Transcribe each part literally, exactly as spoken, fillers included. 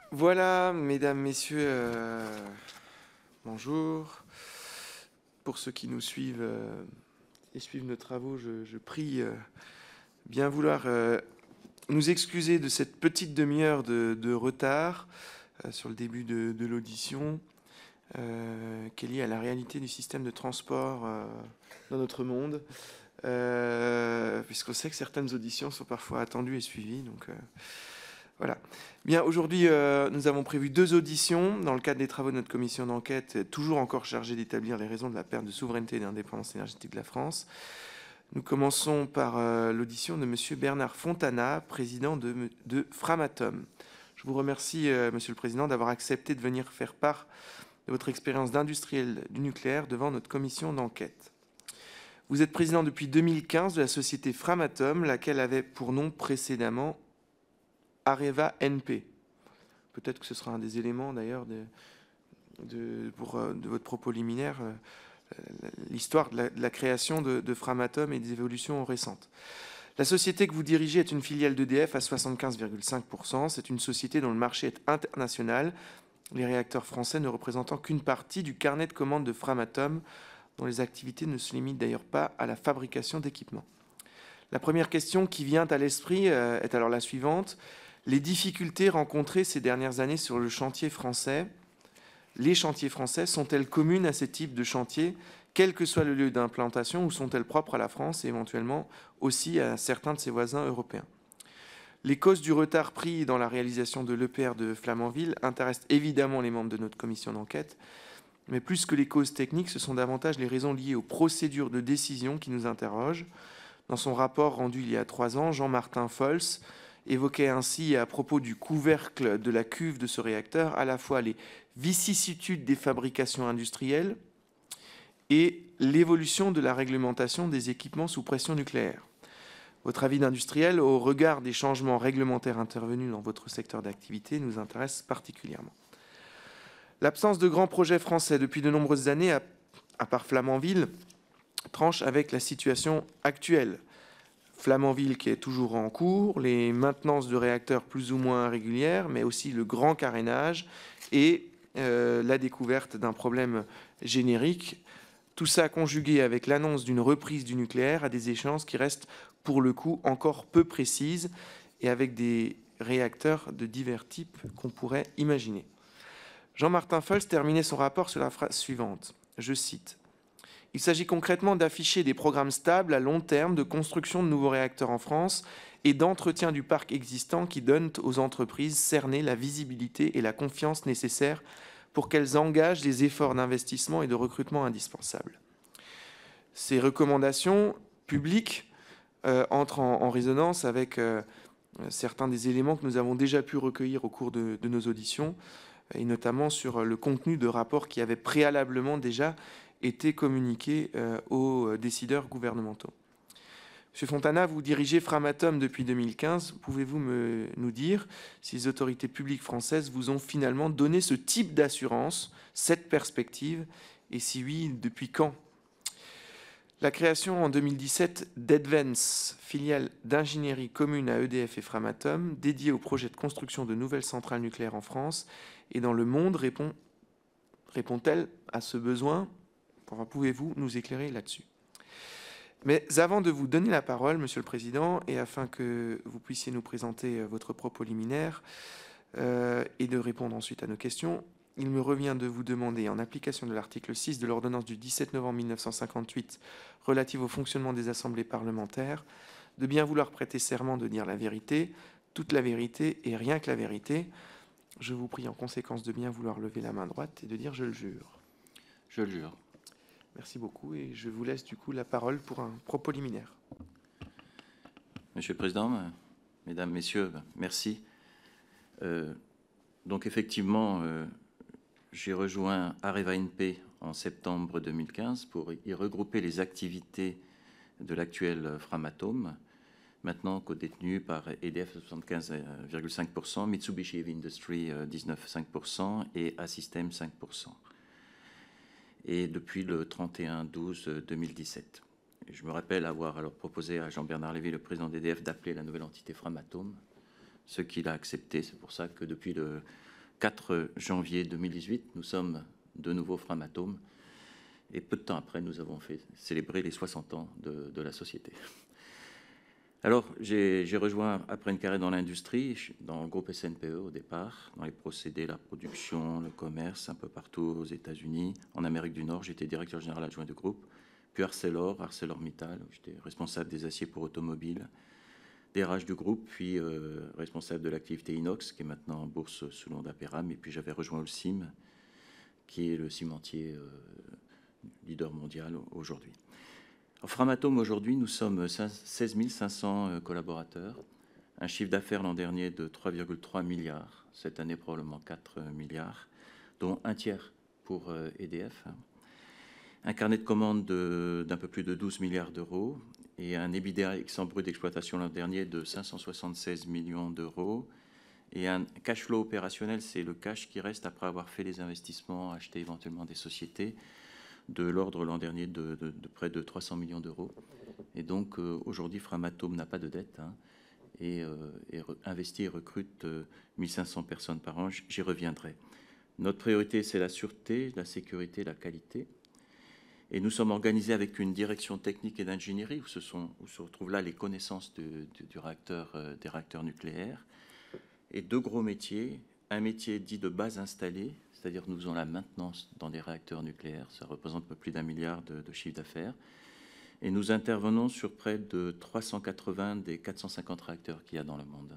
Voilà, mesdames, messieurs, euh, bonjour. Pour ceux qui nous suivent euh, et suivent nos travaux, je, je prie euh, bien vouloir euh, nous excuser de cette petite demi-heure de, de retard euh, sur le début de, de l'audition, euh, qui est liée à la réalité du système de transport euh, dans notre monde, euh, puisqu'on sait que certaines auditions sont parfois attendues et suivies. Donc, euh, Voilà. Bien, aujourd'hui, euh, nous avons prévu deux auditions dans le cadre des travaux de notre commission d'enquête, toujours encore chargée d'établir les raisons de la perte de souveraineté et d'indépendance énergétique de la France. Nous commençons par euh, l'audition de M. Bernard Fontana, président de, de Framatome. Je vous remercie, euh, Monsieur le Président, d'avoir accepté de venir faire part de votre expérience d'industriel du nucléaire devant notre commission d'enquête. Vous êtes président depuis deux mille quinze de la société Framatome, laquelle avait pour nom précédemment Areva N P. Peut-être que ce sera un des éléments d'ailleurs de, de, pour, de votre propos liminaire, l'histoire de la, de la création de, de Framatome et des évolutions récentes. La société que vous dirigez est une filiale d'E D F à soixante-quinze virgule cinq pour cent. C'est une société dont le marché est international, les réacteurs français ne représentant qu'une partie du carnet de commandes de Framatome, dont les activités ne se limitent d'ailleurs pas à la fabrication d'équipements. La première question qui vient à l'esprit est alors la suivante. Les difficultés rencontrées ces dernières années sur le chantier français, les chantiers français, sont-elles communes à ces types de chantiers, quel que soit le lieu d'implantation, ou sont-elles propres à la France et éventuellement aussi à certains de ses voisins européens? Les causes du retard pris dans la réalisation de l'E P R de Flamanville intéressent évidemment les membres de notre commission d'enquête, mais plus que les causes techniques, ce sont davantage les raisons liées aux procédures de décision qui nous interrogent. Dans son rapport rendu il y a trois ans, Jean-Martin Fols évoquait ainsi à propos du couvercle de la cuve de ce réacteur à la fois les vicissitudes des fabrications industrielles et l'évolution de la réglementation des équipements sous pression nucléaire. Votre avis d'industriel au regard des changements réglementaires intervenus dans votre secteur d'activité nous intéresse particulièrement. L'absence de grands projets français depuis de nombreuses années, à, à part Flamanville, tranche avec la situation actuelle. Flamanville qui est toujours en cours, les maintenances de réacteurs plus ou moins régulières, mais aussi le grand carénage et euh, la découverte d'un problème générique. Tout ça conjugué avec l'annonce d'une reprise du nucléaire à des échéances qui restent pour le coup encore peu précises et avec des réacteurs de divers types qu'on pourrait imaginer. Jean-Martin Fols terminait son rapport sur la phrase suivante, je cite. Il s'agit concrètement d'afficher des programmes stables à long terme de construction de nouveaux réacteurs en France et d'entretien du parc existant qui donnent aux entreprises cernées la visibilité et la confiance nécessaires pour qu'elles engagent des efforts d'investissement et de recrutement indispensables. Ces recommandations publiques euh, entrent en, en résonance avec euh, certains des éléments que nous avons déjà pu recueillir au cours de, de nos auditions, et notamment sur le contenu de rapports qui avaient préalablement déjà été communiqué euh, aux décideurs gouvernementaux. Monsieur Fontana, vous dirigez Framatome depuis deux mille quinze. Pouvez-vous me, nous dire si les autorités publiques françaises vous ont finalement donné ce type d'assurance, cette perspective, et si oui, depuis quand? La création en deux mille dix-sept d'Edvance, filiale d'ingénierie commune à E D F et Framatome, dédiée au projet de construction de nouvelles centrales nucléaires en France et dans le monde, répond, répond-elle à ce besoin? Enfin, pouvez-vous nous éclairer là-dessus? Mais avant de vous donner la parole, Monsieur le Président, et afin que vous puissiez nous présenter votre propos liminaire euh, et de répondre ensuite à nos questions, il me revient de vous demander, en application de l'article six de l'ordonnance du dix-sept novembre mille neuf cent cinquante-huit relative au fonctionnement des assemblées parlementaires, de bien vouloir prêter serment de dire la vérité, toute la vérité et rien que la vérité. Je vous prie en conséquence de bien vouloir lever la main droite et de dire « je le jure ». Je le jure. Merci beaucoup et je vous laisse du coup la parole pour un propos liminaire. Monsieur le Président, Mesdames, Messieurs, merci. Euh, donc effectivement, euh, j'ai rejoint Areva N P en septembre deux mille quinze pour y regrouper les activités de l'actuel Framatome, maintenant co-détenu par E D F soixante-quinze virgule cinq pour cent, Mitsubishi Heavy Industries dix-neuf virgule cinq pour cent et A-System cinq pour cent. Et depuis le trente et un douze deux mille dix-sept. Et je me rappelle avoir alors proposé à Jean-Bernard Lévy, le président d'E D F, d'appeler la nouvelle entité Framatome, ce qu'il a accepté. C'est pour ça que depuis le quatre janvier deux mille dix-huit, nous sommes de nouveau Framatome. Et peu de temps après, nous avons fait célébrer les soixante ans de, de la société. Alors, j'ai rejoint, après une carrière dans l'industrie, dans le groupe S N P E au départ, dans les procédés, la production, le commerce, un peu partout aux États-Unis, en Amérique du Nord. J'étais directeur général adjoint du groupe. Puis Arcelor, ArcelorMittal, j'étais responsable des aciers pour automobiles, D R H du groupe, puis euh, responsable de l'activité Inox, qui est maintenant en bourse sous le nom d'Aperam. Et puis j'avais rejoint Holcim, qui est le cimentier euh, leader mondial aujourd'hui. Framatome, aujourd'hui, nous sommes seize mille cinq cents collaborateurs, un chiffre d'affaires l'an dernier de trois virgule trois milliards, cette année probablement quatre milliards, dont un tiers pour E D F, un carnet de commandes d'un peu plus de douze milliards d'euros et un EBITDA excent brut d'exploitation l'an dernier de cinq cent soixante-seize millions d'euros et un cash flow opérationnel, c'est le cash qui reste après avoir fait les investissements, acheté éventuellement des sociétés, de l'ordre l'an dernier de, de, de près de trois cents millions d'euros. Et donc euh, aujourd'hui, Framatome n'a pas de dette hein, et, euh, et investit et recrute euh, mille cinq cents personnes par an. J'y reviendrai. Notre priorité, c'est la sûreté, la sécurité, la qualité. Et nous sommes organisés avec une direction technique et d'ingénierie où, ce sont, où se retrouvent là les connaissances de, de, du réacteur, euh, des réacteurs nucléaires. Et deux gros métiers. Un métier dit de base installée, c'est-à-dire que nous faisons la maintenance dans des réacteurs nucléaires. Ça représente un peu plus d'un milliard de, de chiffre d'affaires. Et nous intervenons sur près de trois cent quatre-vingts des quatre cent cinquante réacteurs qu'il y a dans le monde.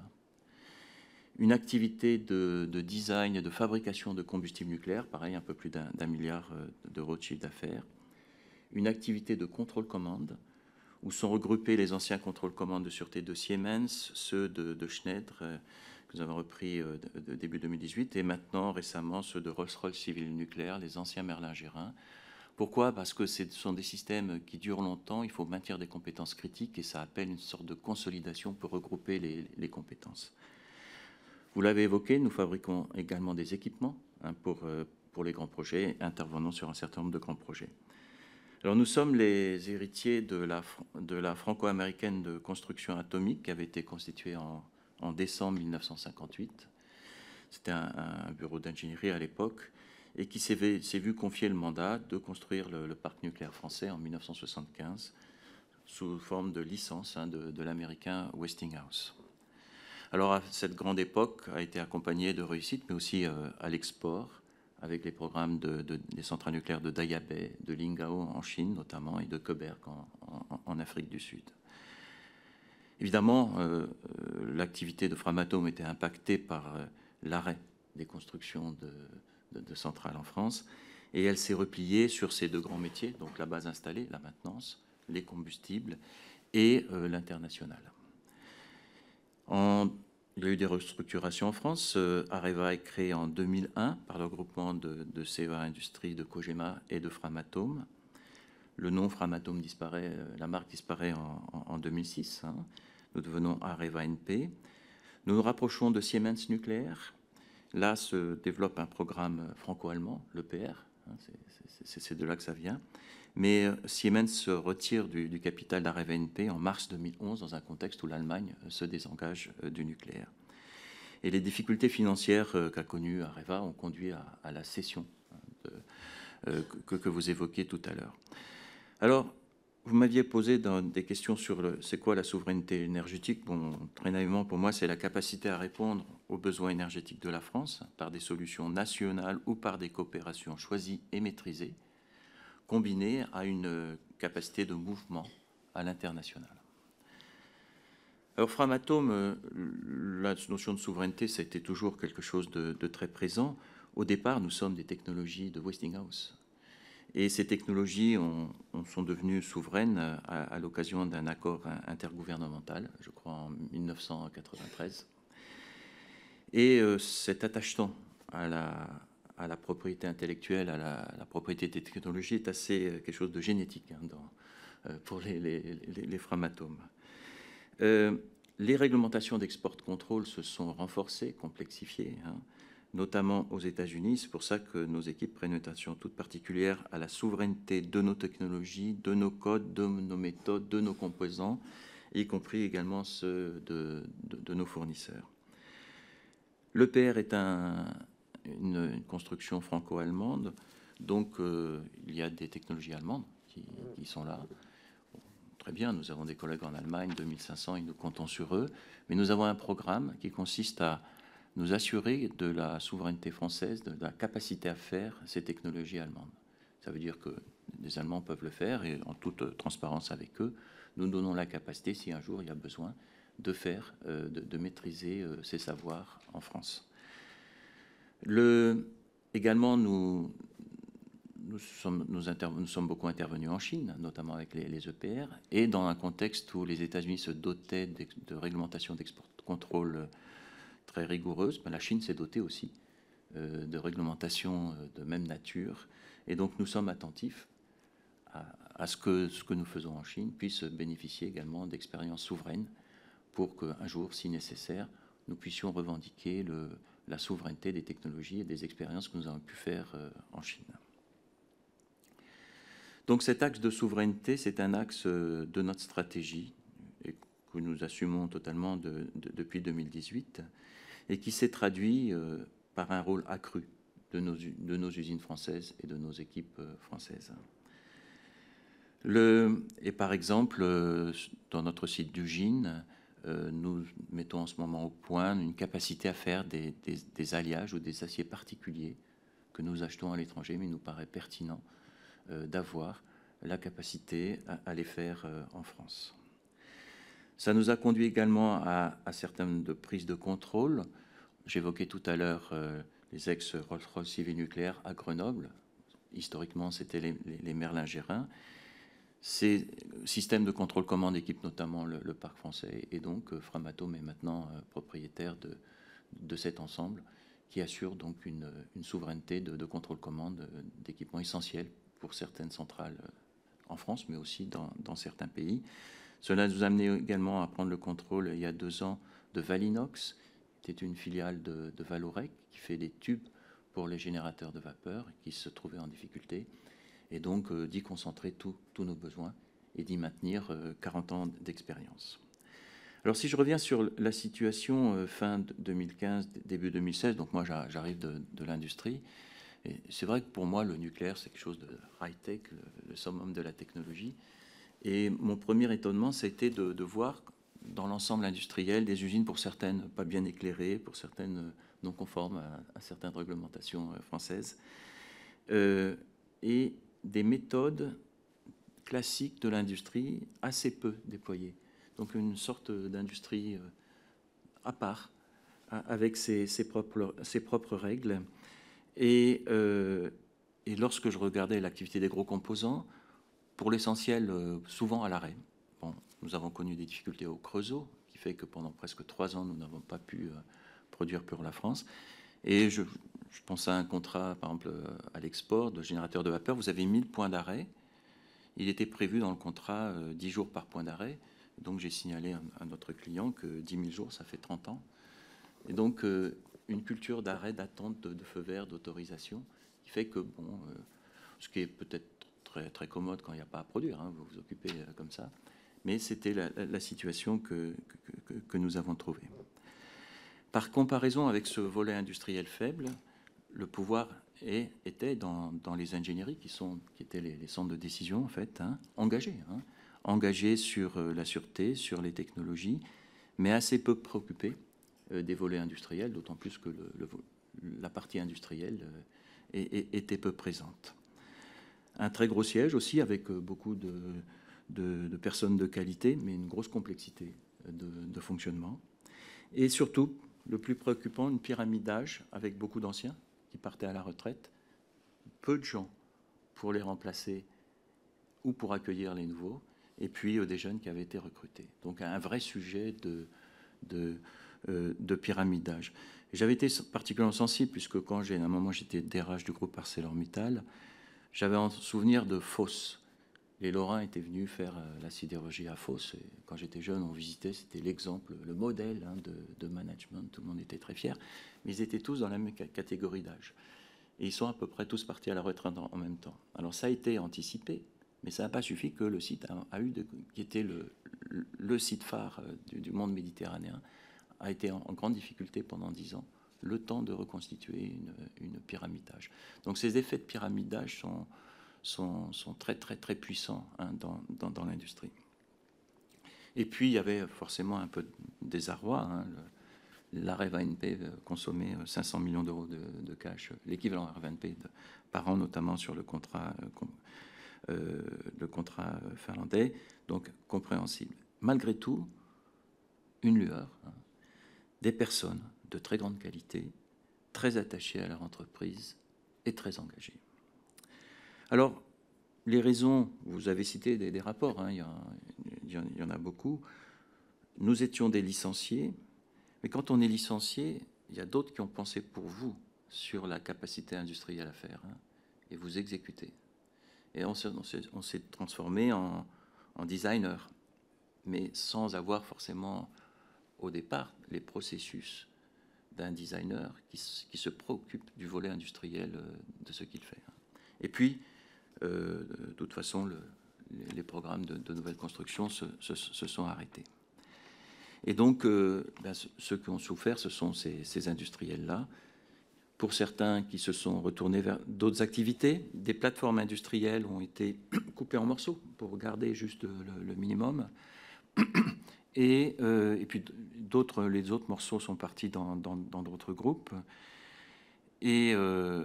Une activité de, de design et de fabrication de combustible nucléaire, pareil, un peu plus d'un d'un milliard d'euros de chiffre d'affaires. Une activité de contrôle-commande, où sont regroupés les anciens contrôles-commandes de sûreté de Siemens, ceux de, de Schneider, euh, que nous avons repris euh, de, de début deux mille dix-huit, et maintenant, récemment, ceux de Rolls-Royce Civil Nucléaire, les anciens Merlin-Gérin. Pourquoi? Parce que ce sont des systèmes qui durent longtemps, il faut maintenir des compétences critiques, et ça appelle une sorte de consolidation pour regrouper les, les compétences. Vous l'avez évoqué, nous fabriquons également des équipements hein, pour, euh, pour les grands projets, intervenons sur un certain nombre de grands projets. Alors nous sommes les héritiers de la, de la franco-américaine de construction atomique qui avait été constituée en, en décembre mille neuf cent cinquante-huit. C'était un, un bureau d'ingénierie à l'époque et qui s'est vu confier le mandat de construire le, le parc nucléaire français en mille neuf cent soixante-quinze sous forme de licence hein, de, de l'américain Westinghouse. Alors cette grande époque a été accompagnée de réussites mais aussi euh, à l'export, avec les programmes de, de, des centrales nucléaires de Daya Bay, de Lingao en Chine notamment, et de Koberg en, en, en Afrique du Sud. Évidemment, euh, l'activité de Framatome était impactée par euh, l'arrêt des constructions de, de, de centrales en France, et elle s'est repliée sur ces deux grands métiers, donc la base installée, la maintenance, les combustibles et euh, l'international. En Il y a eu des restructurations en France. Euh, Areva est créé en deux mille un par le regroupement de, de C E A Industries, de Cogema et de Framatome. Le nom Framatome disparaît, euh, la marque disparaît en, en, en deux mille six. Hein. Nous devenons Areva N P. Nous nous rapprochons de Siemens Nucléaire. Là se développe un programme franco-allemand, l'E P R. Hein, c'est de là que ça vient. Mais Siemens se retire du, du capital d'Areva N P en mars deux mille onze dans un contexte où l'Allemagne se désengage du nucléaire. Et les difficultés financières qu'a connues Areva ont conduit à, à la cession de, euh, que, que vous évoquiez tout à l'heure. Alors, vous m'aviez posé dans des questions sur le, c'est quoi la souveraineté énergétique. Bon, très naïvement, pour moi, c'est la capacité à répondre aux besoins énergétiques de la France par des solutions nationales ou par des coopérations choisies et maîtrisées, combiné à une capacité de mouvement à l'international. Alors Framatome, la notion de souveraineté, ça a été toujours quelque chose de, de très présent. Au départ, nous sommes des technologies de Westinghouse. Et ces technologies ont, ont, sont devenues souveraines à, à l'occasion d'un accord intergouvernemental, je crois en mille neuf cent quatre-vingt-treize. Et euh, cet attachement à la, à la propriété intellectuelle, à la, à la propriété des technologies est assez quelque chose de génétique hein, dans, euh, pour les, les, les, les Framatomes. Euh, les réglementations d'export contrôle se sont renforcées, complexifiées, hein, notamment aux États-Unis. C'est pour ça que nos équipes prennent une attention toute particulière à la souveraineté de nos technologies, de nos codes, de nos méthodes, de nos composants, y compris également ceux de, de, de nos fournisseurs. L'E P R est un, une, une construction franco-allemande, donc euh, il y a des technologies allemandes qui, qui sont là. Bon, très bien, nous avons des collègues en Allemagne, deux mille cinq cents, et nous comptons sur eux, mais nous avons un programme qui consiste à nous assurer de la souveraineté française, de la capacité à faire ces technologies allemandes. Ça veut dire que les Allemands peuvent le faire, et en toute transparence avec eux, nous donnons la capacité, si un jour il y a besoin, de faire, euh, de, de maîtriser euh, ces savoirs en France. Le, également, nous, nous, sommes, nous, inter, nous sommes beaucoup intervenus en Chine, notamment avec les, les E P R, et dans un contexte où les États-Unis se dotaient de, de réglementation d'export-contrôle très rigoureuse, ben la Chine s'est dotée aussi euh, de réglementations de même nature. Et donc nous sommes attentifs à, à ce, que, ce que nous faisons en Chine puisse bénéficier également d'expériences souveraines pour qu'un jour, si nécessaire, nous puissions revendiquer le, la souveraineté des technologies et des expériences que nous avons pu faire euh, en Chine. Donc cet axe de souveraineté, c'est un axe de notre stratégie et que nous assumons totalement de, de, depuis deux mille dix-huit, et qui s'est traduit euh, par un rôle accru de nos, de nos usines françaises et de nos équipes euh, françaises. Le, et par exemple, euh, dans notre site d'Ugine, euh, nous mettons en ce moment au point une capacité à faire des, des, des alliages ou des aciers particuliers que nous achetons à l'étranger, mais il nous paraît pertinent euh, d'avoir la capacité à, à les faire euh, en France. Ça nous a conduit également à, à certaines de prises de contrôle. J'évoquais tout à l'heure euh, les ex-Rolls-Royce civil nucléaire à Grenoble. Historiquement, c'était les, les, les Merlin-Gérin. Ces systèmes de contrôle commande équipent notamment le, le parc français. Et donc, euh, Framatome est maintenant euh, propriétaire de, de cet ensemble qui assure donc une, une souveraineté de, de contrôle commande d'équipements essentiels pour certaines centrales en France, mais aussi dans, dans certains pays. Cela nous a amené également à prendre le contrôle il y a deux ans de Valinox, qui était une filiale de, de Valorec, qui fait des tubes pour les générateurs de vapeur, qui se trouvait en difficulté, et donc euh, d'y concentrer tous nos besoins et d'y maintenir euh, quarante ans d'expérience. Alors si je reviens sur la situation euh, fin deux mille quinze, début deux mille seize, donc moi j'arrive de, de l'industrie, et c'est vrai que pour moi le nucléaire c'est quelque chose de high-tech, le, le summum de la technologie. Et mon premier étonnement, c'était de, de voir dans l'ensemble industriel des usines, pour certaines pas bien éclairées, pour certaines non conformes à, à certaines réglementations françaises, euh, et des méthodes classiques de l'industrie assez peu déployées. Donc une sorte d'industrie à part, avec ses, ses, propres, ses propres règles. Et, euh, et lorsque je regardais l'activité des gros composants, pour l'essentiel, euh, souvent à l'arrêt. Bon, nous avons connu des difficultés au Creusot, qui fait que pendant presque trois ans, nous n'avons pas pu euh, produire pour la France. Et je, je pense à un contrat, par exemple, à l'export de générateurs de vapeur. Vous avez mille points d'arrêt. Il était prévu dans le contrat euh, dix jours par point d'arrêt. Donc, j'ai signalé à, à notre client que dix mille jours, ça fait trente ans. Et donc, euh, une culture d'arrêt, d'attente de, de feu vert, d'autorisation, qui fait que, bon, euh, ce qui est peut-être Très, très commode quand il n'y a pas à produire, hein, vous vous occupez euh, comme ça. Mais c'était la, la, la situation que, que, que, que nous avons trouvée. Par comparaison avec ce volet industriel faible, le pouvoir est, était dans, dans les ingénieries qui, sont, qui étaient les, les centres de décision, en fait, hein, engagés. Hein, engagés sur euh, la sûreté, sur les technologies, mais assez peu préoccupés euh, des volets industriels, d'autant plus que le, le, la partie industrielle euh, est, est, était peu présente. Un très gros siège aussi, avec beaucoup de, de, de personnes de qualité, mais une grosse complexité de, de fonctionnement. Et surtout, le plus préoccupant, une pyramide d'âge avec beaucoup d'anciens qui partaient à la retraite, peu de gens pour les remplacer ou pour accueillir les nouveaux, et puis euh, des jeunes qui avaient été recrutés. Donc un vrai sujet de, de, euh, de pyramide d'âge. J'avais été particulièrement sensible, puisque quand j'ai, à un moment j'étais D R H du groupe ArcelorMittal, j'avais en souvenir de Fos. Les Lorrains étaient venus faire euh, la sidérurgie à Fos. Et quand j'étais jeune, on visitait, c'était l'exemple, le modèle hein, de, de management. Tout le monde était très fier. Mais ils étaient tous dans la même catégorie d'âge. Et ils sont à peu près tous partis à la retraite en, en même temps. Alors ça a été anticipé, mais ça n'a pas suffi que le site a, a eu, de, qui était le, le site phare du, du monde méditerranéen, a été en, en grande difficulté pendant dix ans le temps de reconstituer une, une pyramidage. Donc ces effets de pyramidage sont, sont, sont très très très puissants hein, dans, dans, dans l'industrie. Et puis il y avait forcément un peu de désarroi. Hein, L'Areva N P consommait cinq cents millions d'euros de, de cash, l'équivalent Areva N P de, par an, notamment sur le contrat, euh, le contrat finlandais, donc compréhensible. Malgré tout, une lueur, hein, des personnes de très grande qualité, très attachées à leur entreprise et très engagées. Alors, les raisons, vous avez cité des, des rapports, hein, il, y a, il y en a beaucoup. Nous étions des licenciés, mais quand on est licencié, il y a d'autres qui ont pensé pour vous sur la capacité industrielle à faire, hein, et vous exécutez. Et on s'est transformé en, en designer, mais sans avoir forcément au départ les processus d'un designer qui, qui se préoccupe du volet industriel de ce qu'il fait. Et puis, euh, de toute façon, le, les programmes de, de nouvelle construction se, se, se sont arrêtés. Et donc, euh, ben, ceux qui ont souffert, ce sont ces, ces industriels-là. Pour certains qui se sont retournés vers d'autres activités, des plateformes industrielles ont été coupées en morceaux pour garder juste le, le minimum. Et, euh, et puis d'autres, les autres morceaux sont partis dans, dans, dans d'autres groupes. Et euh,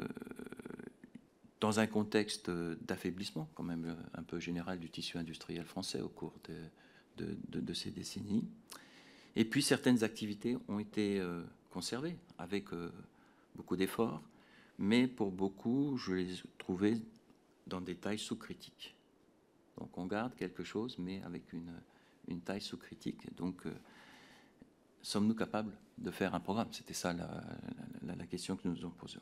dans un contexte d'affaiblissement, quand même un peu général du tissu industriel français au cours de, de, de, de ces décennies. Et puis certaines activités ont été euh, conservées avec euh, beaucoup d'efforts, mais pour beaucoup, je les trouvais dans des tailles sous-critiques. Donc on garde quelque chose, mais avec une, une taille sous-critique. Donc, euh, sommes-nous capables de faire un programme? C'était ça la, la, la question que nous nous posions.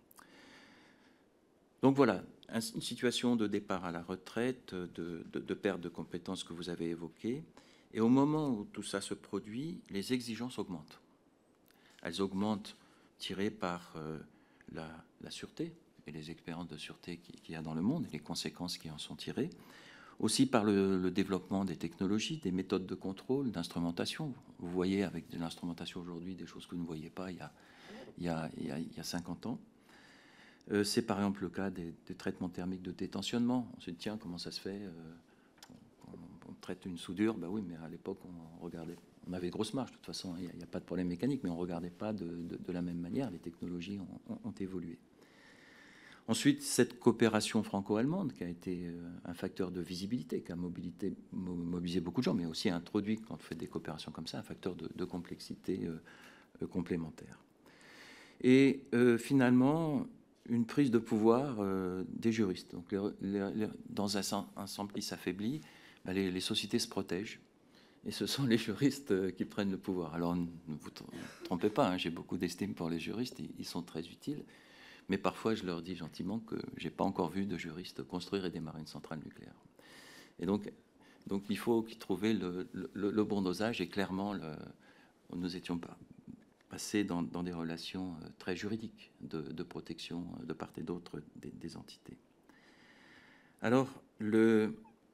Donc voilà, une situation de départ à la retraite, de, de, de perte de compétences que vous avez évoquées. Et au moment où tout ça se produit, les exigences augmentent. Elles augmentent tirées par euh, la, la sûreté et les expériences de sûreté qu'il y a dans le monde et les conséquences qui en sont tirées. Aussi par le, le développement des technologies, des méthodes de contrôle, d'instrumentation. Vous voyez avec de l'instrumentation aujourd'hui des choses que vous ne voyiez pas il y a, il y a, il y a, il y a cinquante ans. Euh, c'est par exemple le cas des, des traitements thermiques de détentionnement. On se dit, tiens, comment ça se fait? euh, on, on traite une soudure, ben oui, mais à l'époque, on regardait, on avait grosse marge, de toute façon, il n'y a, a pas de problème mécanique, mais on ne regardait pas de, de, de la même manière. Les technologies ont, ont, ont évolué. Ensuite, cette coopération franco-allemande qui a été un facteur de visibilité, qui a mobilisé, mobilisé beaucoup de gens, mais aussi introduit, quand on fait des coopérations comme ça, un facteur de, de complexité euh, complémentaire. Et euh, finalement, une prise de pouvoir euh, des juristes. Donc, les, les, les, dans un ensemble qui s'affaiblit, ben les, les sociétés se protègent. Et ce sont les juristes qui prennent le pouvoir. Alors, ne vous trompez pas, hein, j'ai beaucoup d'estime pour les juristes, ils, ils sont très utiles. Mais parfois, je leur dis gentiment que je n'ai pas encore vu de juriste construire et démarrer une centrale nucléaire. Et donc, donc il faut trouver le, le, le bon dosage. Et clairement, le, nous étions passés dans, dans des relations très juridiques de, de protection de part et d'autre des, des entités. Alors, le,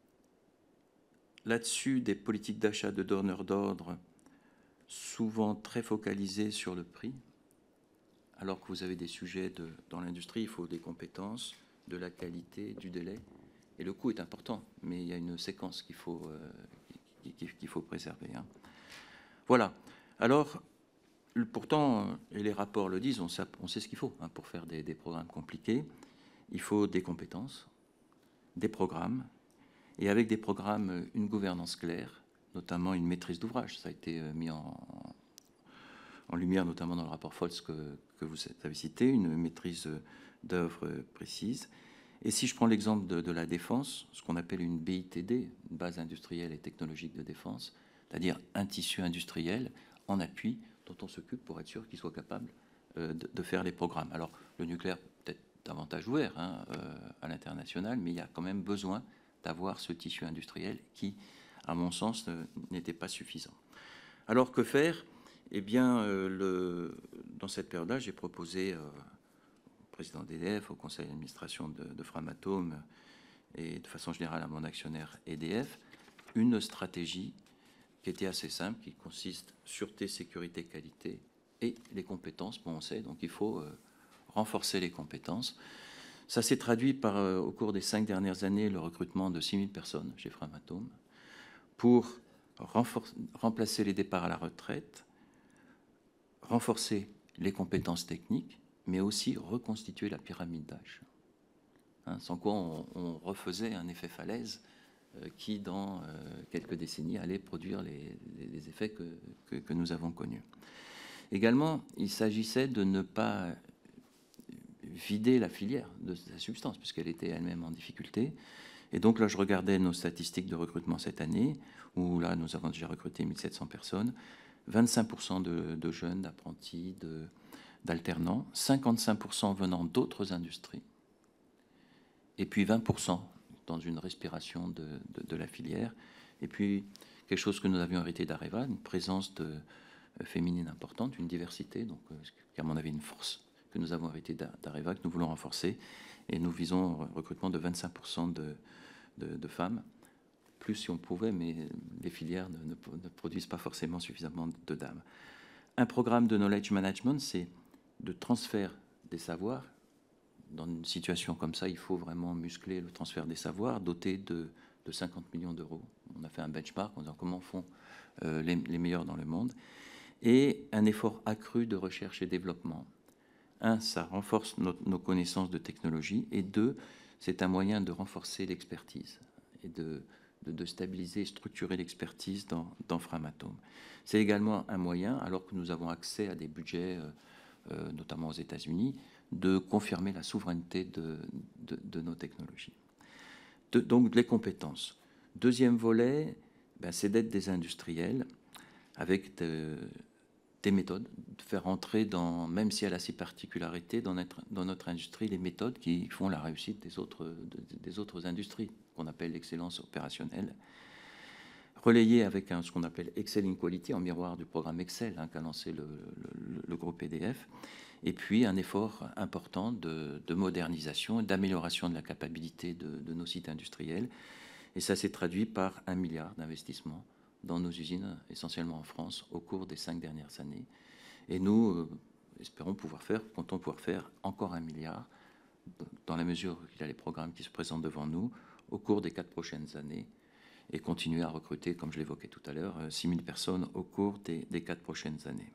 là-dessus, des politiques d'achat de donneurs d'ordre, souvent très focalisées sur le prix. Alors que vous avez des sujets de, dans l'industrie, il faut des compétences, de la qualité, du délai. Et le coût est important, mais il y a une séquence qu'il faut, euh, qu'il faut préserver. Hein. Voilà. Alors, pourtant, et les rapports le disent, on sait, on sait ce qu'il faut hein, pour faire des, des programmes compliqués. Il faut des compétences, des programmes, et avec des programmes, une gouvernance claire, notamment une maîtrise d'ouvrage. Ça a été mis en... en lumière, notamment dans le rapport Foltz que, que vous avez cité, une maîtrise d'œuvre précise. Et si je prends l'exemple de, de la défense, ce qu'on appelle une B I T D, une base industrielle et technologique de défense, c'est-à-dire un tissu industriel en appui dont on s'occupe pour être sûr qu'il soit capable euh, de, de faire les programmes. Alors, le nucléaire peut-être davantage ouvert hein, euh, à l'international, mais il y a quand même besoin d'avoir ce tissu industriel qui, à mon sens, n'était pas suffisant. Alors, que faire ? Eh bien, euh, le, dans cette période-là, j'ai proposé euh, au président d'E D F, au conseil d'administration de, de Framatome et de façon générale à mon actionnaire E D F, une stratégie qui était assez simple, qui consiste sûreté, sécurité, qualité et les compétences. Bon, on sait, donc il faut euh, renforcer les compétences. Ça s'est traduit par, euh, au cours des cinq dernières années, le recrutement de six mille personnes chez Framatome pour remplacer les départs à la retraite, renforcer les compétences techniques, mais aussi reconstituer la pyramide d'âge. Hein, sans quoi on, on refaisait un effet falaise euh, qui, dans euh, quelques décennies, allait produire les, les, les effets que, que, que nous avons connus. Également, il s'agissait de ne pas vider la filière de sa substance, puisqu'elle était elle-même en difficulté. Et donc là, je regardais nos statistiques de recrutement cette année, où là, nous avons déjà recruté mille sept cents personnes, vingt-cinq pour cent de, de jeunes, d'apprentis, de, d'alternants, cinquante-cinq pour cent venant d'autres industries, et puis vingt pour cent dans une respiration de, de, de la filière. Et puis, quelque chose que nous avions hérité d'Areva, une présence de, euh, féminine importante, une diversité, donc, euh, qui à mon avis une force que nous avons hérité d'Areva, que nous voulons renforcer. Et nous visons un recrutement de vingt-cinq pour cent de, de, de femmes, plus si on pouvait, mais les filières ne, ne, ne produisent pas forcément suffisamment de dames. Un programme de knowledge management, c'est de transfert des savoirs. Dans une situation comme ça, il faut vraiment muscler le transfert des savoirs, doté de, de cinquante millions d'euros. On a fait un benchmark en disant comment font euh, les, les meilleurs dans le monde. Et un effort accru de recherche et développement. Un, ça renforce nos, nos connaissances de technologie. Et deux, c'est un moyen de renforcer l'expertise et de, de, de stabiliser et structurer l'expertise dans, dans Framatome. C'est également un moyen, alors que nous avons accès à des budgets, euh, euh, notamment aux États-Unis, de confirmer la souveraineté de, de, de nos technologies. De, donc, les compétences. Deuxième volet, ben, c'est d'être des industriels avec de, des méthodes, de faire entrer, dans, même si elle a ses particularités, dans notre, dans notre industrie, les méthodes qui font la réussite des autres, de, des autres industries, qu'on appelle l'excellence opérationnelle, relayée avec un, ce qu'on appelle Excel in Quality, en miroir du programme Excel hein, qu'a lancé le, le, le groupe E D F, et puis un effort important de, de modernisation et d'amélioration de la capacité de, de nos sites industriels, et ça s'est traduit par un milliard d'investissements dans nos usines, essentiellement en France, au cours des cinq dernières années. Et nous, euh, espérons pouvoir faire, comptons pouvoir faire encore un milliard, dans la mesure qu'il y a les programmes qui se présentent devant nous, au cours des quatre prochaines années, et continuer à recruter, comme je l'évoquais tout à l'heure, six mille personnes au cours des, des quatre prochaines années.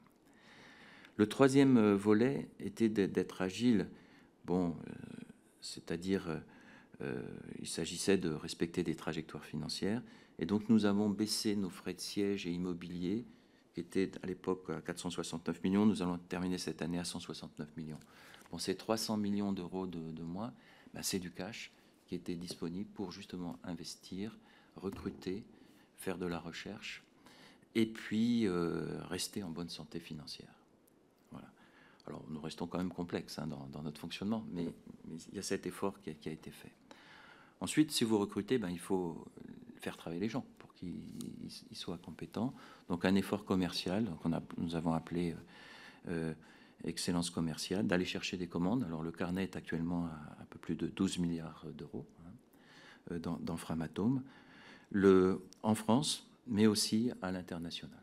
Le troisième volet était d'être agile, bon, euh, c'est-à-dire, euh, il s'agissait de respecter des trajectoires financières, et donc nous avons baissé nos frais de siège et immobilier, qui étaient à l'époque à quatre cent soixante-neuf millions, nous allons terminer cette année à cent soixante-neuf millions. Bon, ces trois cents millions d'euros de, de moins, ben, c'est du cash qui était disponible pour justement investir, recruter, faire de la recherche, et puis euh, rester en bonne santé financière. Voilà. Alors, nous restons quand même complexes hein, dans, dans notre fonctionnement, mais, mais il y a cet effort qui a, qui a été fait. Ensuite, si vous recrutez, ben, il faut faire travailler les gens pour qu'ils soient compétents. Donc, un effort commercial qu'on a, nous avons appelé euh, excellence commerciale, d'aller chercher des commandes. Alors, le carnet est actuellement à un peu plus de douze milliards d'euros hein, dans, dans Framatome, le, en France, mais aussi à l'international.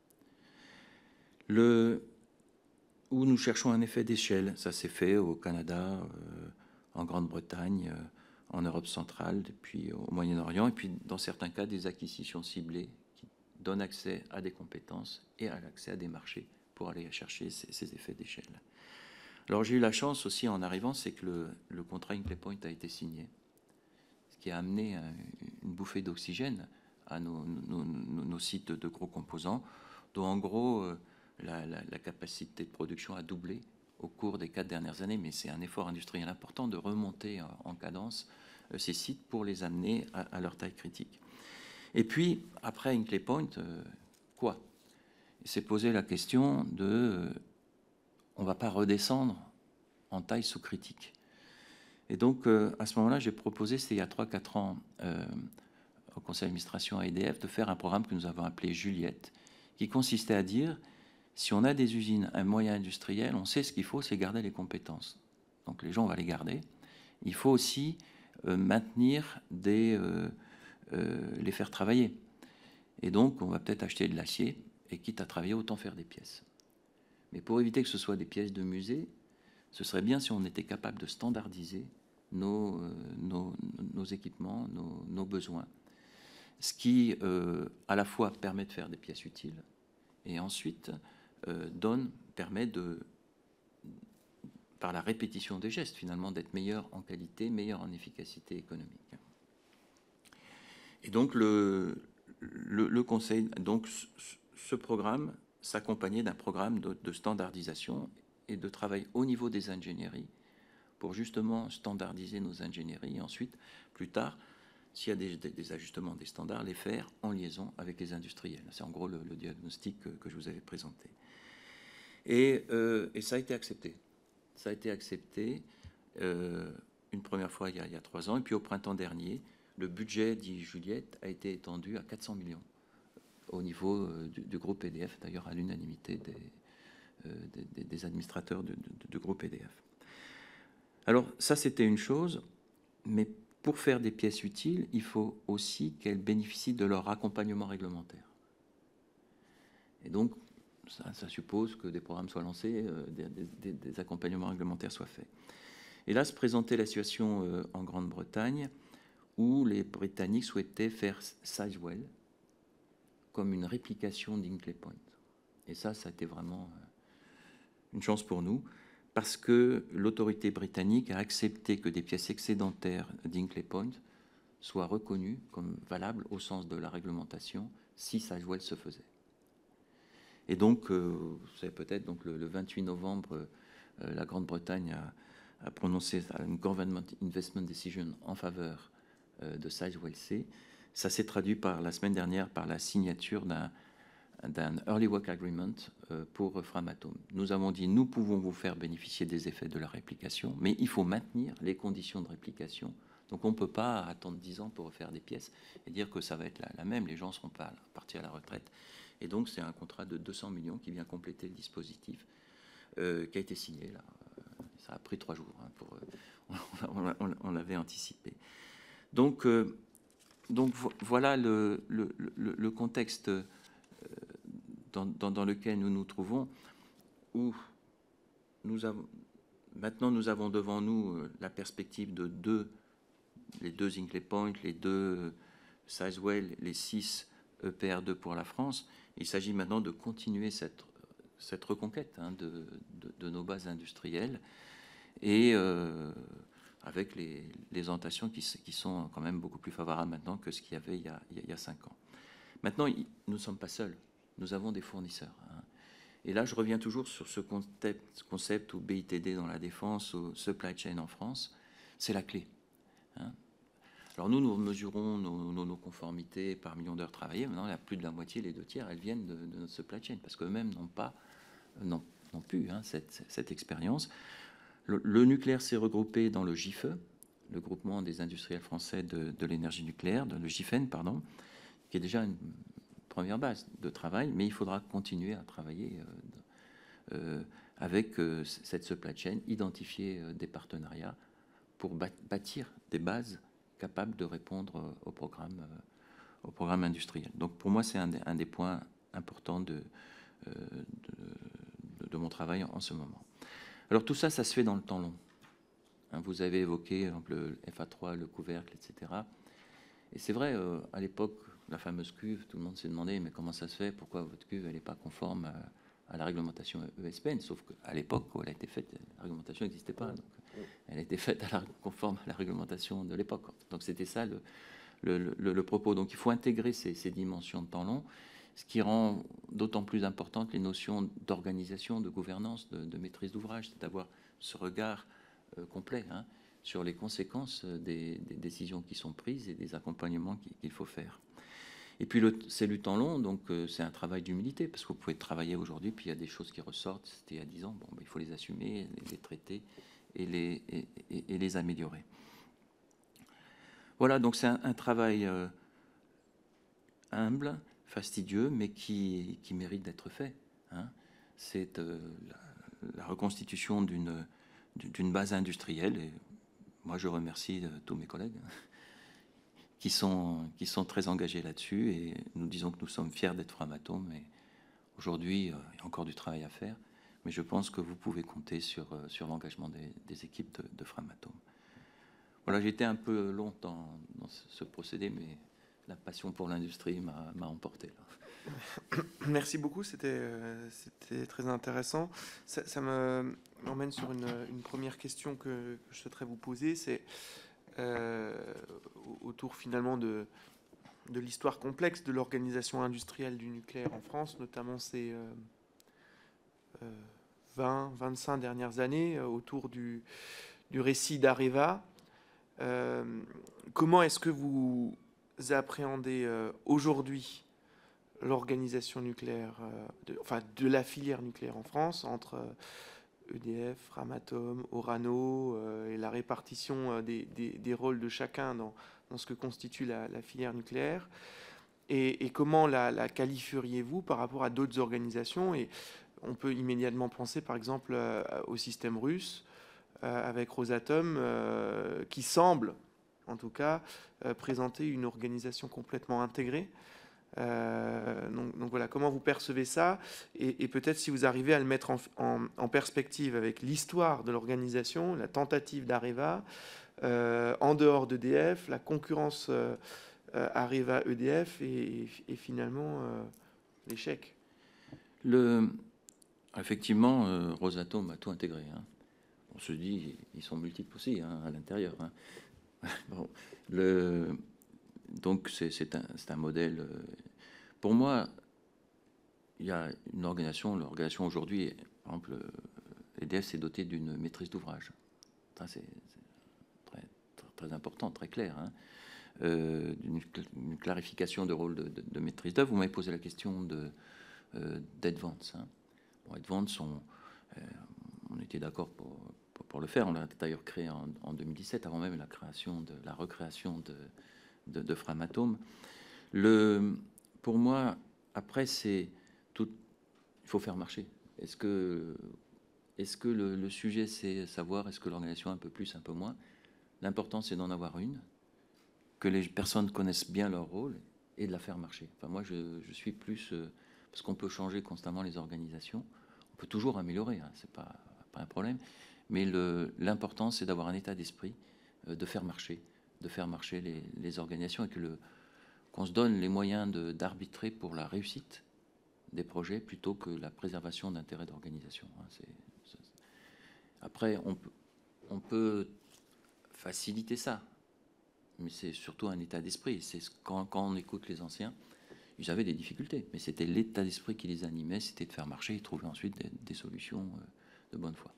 Le, où nous cherchons un effet d'échelle. Ça s'est fait au Canada, euh, en Grande-Bretagne, euh, en Europe centrale, et puis au Moyen-Orient, et puis dans certains cas, des acquisitions ciblées qui donnent accès à des compétences et à l'accès à des marchés pour aller chercher ces, ces effets d'échelle. Alors j'ai eu la chance aussi en arrivant, c'est que le, le contrat Hinkley Point a été signé, ce qui a amené un, une bouffée d'oxygène à nos, nos, nos, nos sites de gros composants, dont en gros euh, la, la, la capacité de production a doublé au cours des quatre dernières années, mais c'est un effort industriel important de remonter en, en cadence euh, ces sites pour les amener à, à leur taille critique. Et puis, après Hinkley Point, euh, quoi ? Il s'est posé la question de euh, on ne va pas redescendre en taille sous critique. Et donc, euh, à ce moment-là, j'ai proposé, c'était il y a trois quatre ans, euh, au conseil d'administration à E D F, de faire un programme que nous avons appelé Juliette, qui consistait à dire, si on a des usines, un moyen industriel, on sait ce qu'il faut, c'est garder les compétences. Donc les gens, on va les garder. Il faut aussi euh, maintenir des... Euh, euh, les faire travailler. Et donc, on va peut-être acheter de l'acier, et quitte à travailler, autant faire des pièces. Mais pour éviter que ce soit des pièces de musée, ce serait bien si on était capable de standardiser nos, euh, nos, nos équipements, nos, nos besoins. Ce qui, euh, à la fois, permet de faire des pièces utiles et ensuite euh, donne, permet de, par la répétition des gestes, finalement, d'être meilleur en qualité, meilleur en efficacité économique. Et donc, le, le, le Conseil, donc, ce programme s'accompagnait d'un programme de, de standardisation et de travail au niveau des ingénieries pour justement standardiser nos ingénieries et ensuite, plus tard, s'il y a des, des, des ajustements des standards, les faire en liaison avec les industriels. C'est en gros le, le diagnostic que, que je vous avais présenté. Et, euh, et ça a été accepté. Ça a été accepté euh, une première fois il y, a, il y a trois ans, et puis au printemps dernier, le budget, dit Juliette, a été étendu à quatre cents millions au niveau euh, du, du groupe E D F, d'ailleurs à l'unanimité des, euh, des, des administrateurs du, du, du groupe E D F. Alors ça, c'était une chose, mais pour faire des pièces utiles, il faut aussi qu'elles bénéficient de leur accompagnement réglementaire. Et donc, ça, ça suppose que des programmes soient lancés, euh, des, des, des accompagnements réglementaires soient faits. Et là se présentait la situation euh, en Grande-Bretagne où les Britanniques souhaitaient faire Sizewell comme une réplication d'Hinkley Point. Et ça, ça a été vraiment euh, une chance pour nous, parce que l'autorité britannique a accepté que des pièces excédentaires d'Hinkley Point soient reconnues comme valables au sens de la réglementation si Sizewell se faisait. Et donc, euh, vous savez peut-être, donc le, le vingt-huit novembre, euh, la Grande-Bretagne a, a prononcé une Government Investment Decision en faveur euh, de Sizewell C. Ça s'est traduit par la semaine dernière par la signature d'un d'un Early Work Agreement euh, pour Framatome. Nous avons dit, nous pouvons vous faire bénéficier des effets de la réplication, mais il faut maintenir les conditions de réplication. Donc on ne peut pas attendre dix ans pour refaire des pièces et dire que ça va être la, la même, les gens ne seront pas partis à la retraite. Et donc c'est un contrat de deux cents millions qui vient compléter le dispositif euh, qui a été signé là. Ça a pris trois jours, hein, pour, euh, on, on, on l'avait anticipé. Donc, euh, donc voilà le, le, le, le contexte Dans, dans, dans lequel nous nous trouvons, où nous avons, maintenant nous avons devant nous la perspective de deux, les deux Hinkley Point, les deux Sizewell, les six E P R deux pour la France. Il s'agit maintenant de continuer cette, cette reconquête hein, de, de, de nos bases industrielles et euh, avec les, les orientations qui, qui sont quand même beaucoup plus favorables maintenant que ce qu'il y avait il y a, il y a cinq ans. Maintenant, nous ne sommes pas seuls. Nous avons des fournisseurs. Hein. Et là, je reviens toujours sur ce concept, concept ou B I T D dans la défense, ou supply chain en France, c'est la clé. Hein. Alors nous, nous mesurons nos, nos, nos conformités par million d'heures travaillées. Maintenant, il y a plus de la moitié, les deux tiers, elles viennent de, de notre supply chain, parce qu'eux-mêmes n'ont pas, n'ont, n'ont plus hein, cette, cette expérience. Le, le nucléaire s'est regroupé dans le G I F E, le groupement des industriels français de, de l'énergie nucléaire, de, le G I F E N, pardon, qui est déjà une première base de travail, mais il faudra continuer à travailler euh, euh, avec euh, cette supply chain, identifier euh, des partenariats pour bâtir des bases capables de répondre euh, au programme, euh, au programme industriel. Donc pour moi, c'est un, un des points importants de, euh, de, de mon travail en ce moment. Alors tout ça, ça se fait dans le temps long. Hein, vous avez évoqué exemple, le F A trois, le couvercle, et cetera. Et c'est vrai, euh, à l'époque, la fameuse cuve, tout le monde s'est demandé, mais comment ça se fait, pourquoi votre cuve, elle n'est pas conforme à, à la réglementation E S P N, sauf qu'à l'époque où elle a été faite, la réglementation n'existait pas, donc elle a été faite à la, conforme à la réglementation de l'époque. Donc c'était ça le, le, le, le propos. Donc il faut intégrer ces, ces dimensions de temps long, ce qui rend d'autant plus importante les notions d'organisation, de gouvernance, de, de maîtrise d'ouvrage, c'est d'avoir ce regard euh, complet, hein, sur les conséquences des, des décisions qui sont prises et des accompagnements qu'il faut faire. Et puis c'est le temps long, donc euh, c'est un travail d'humilité, parce que vous pouvez travailler aujourd'hui, puis il y a des choses qui ressortent, c'était il y a dix ans, bon, ben, il faut les assumer, les, les traiter et les, et, et, et les améliorer. Voilà, donc c'est un, un travail euh, humble, fastidieux, mais qui, qui mérite d'être fait. Hein. C'est euh, la, la reconstitution d'une d'une base industrielle, et moi, je remercie euh, tous mes collègues hein, qui, sont, qui sont très engagés là-dessus, et nous disons que nous sommes fiers d'être Framatome, mais aujourd'hui, euh, il y a encore du travail à faire, mais je pense que vous pouvez compter sur, sur l'engagement des, des équipes de, de Framatome. Voilà, j'ai été un peu long dans, dans ce procédé, mais la passion pour l'industrie m'a emporté. Là. Merci beaucoup, c'était euh, c'était très intéressant. Ça, ça m'emmène sur une, une première question que, que je souhaiterais vous poser, c'est euh, autour finalement de, de l'histoire complexe de l'organisation industrielle du nucléaire en France, notamment ces euh, euh, vingt, vingt-cinq dernières années, euh, autour du, du récit d'Areva. Euh, comment est-ce que vous appréhendez euh, aujourd'hui l'organisation nucléaire, euh, de, enfin de la filière nucléaire en France, entre euh, E D F, Framatome, Orano, euh, et la répartition euh, des, des, des rôles de chacun dans, dans ce que constitue la, la filière nucléaire, et, et comment la, la qualifieriez-vous par rapport à d'autres organisations? Et on peut immédiatement penser par exemple euh, au système russe, euh, avec Rosatom, euh, qui semble, en tout cas, euh, présenter une organisation complètement intégrée. Euh, donc, donc voilà, comment vous percevez ça, et, et peut-être si vous arrivez à le mettre en, en, en perspective avec l'histoire de l'organisation, la tentative d'Areva, euh, en dehors d'E D F, la concurrence euh, euh, Areva-E D F, et, et finalement euh, l'échec. Le... Effectivement, euh, Rosatom a tout intégré. Hein. On se dit, ils sont multiples aussi hein, à l'intérieur. Hein. Bon, le... Donc c'est un, un modèle. Euh... Pour moi, il y a une organisation. L'organisation aujourd'hui, par exemple, E D F s'est doté d'une maîtrise d'ouvrage. Ça, c'est très, très, très important, très clair. Hein. Euh, une clarification de rôle de, de, de maîtrise d'œuvre. Vous m'avez posé la question de euh, d'Advance. Hein. Bon, Advance, on, euh, on était d'accord pour, pour, pour le faire. On l'a d'ailleurs créé en, en deux mille dix-sept, avant même la création de la recréation de, de, de Framatome. Le, pour moi, après, c'est tout. Il faut faire marcher. Est-ce que, est-ce que le, le sujet, c'est savoir est-ce que l'organisation un peu plus, un peu moins. L'important, c'est d'en avoir une, que les personnes connaissent bien leur rôle et de la faire marcher. Enfin, moi, je, je suis plus euh, parce qu'on peut changer constamment les organisations. On peut toujours améliorer, hein, c'est pas, pas un problème. Mais l'important, c'est d'avoir un état d'esprit, euh, de faire marcher, de faire marcher les, les organisations et que le qu'on se donne les moyens d'arbitrer pour la réussite des projets plutôt que la préservation d'intérêts d'organisation. Hein, après, on peut, on peut faciliter ça, mais c'est surtout un état d'esprit. C'est quand, quand on écoute les anciens, ils avaient des difficultés, mais c'était l'état d'esprit qui les animait, c'était de faire marcher et trouver ensuite des, des solutions de bonne foi.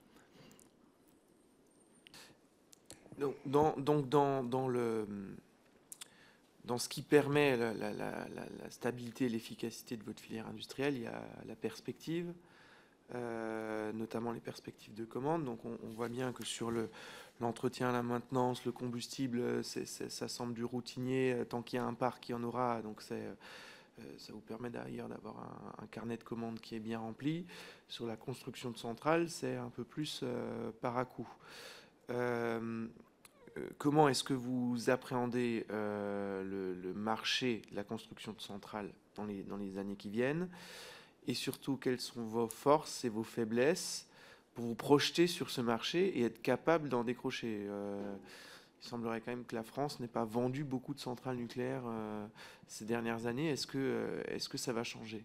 Donc, dans, donc dans, dans le... Dans ce qui permet la, la, la, la stabilité et l'efficacité de votre filière industrielle, il y a la perspective, euh, notamment les perspectives de commande. Donc on, on voit bien que sur l'entretien, le, la maintenance, le combustible, c'est, c'est, ça semble du routinier. Tant qu'il y a un parc, il y en aura. Donc c'est, euh, ça vous permet d'ailleurs d'avoir un, un carnet de commandes qui est bien rempli. Sur la construction de centrales, c'est un peu plus euh, par à coup. Euh, Comment est-ce que vous appréhendez euh, le, le marché de la construction de centrales dans les, dans les années qui viennent? Et surtout, quelles sont vos forces et vos faiblesses pour vous projeter sur ce marché et être capable d'en décrocher? euh, Il semblerait quand même que la France n'ait pas vendu beaucoup de centrales nucléaires euh, ces dernières années. Est-ce que, euh, est-ce que ça va changer?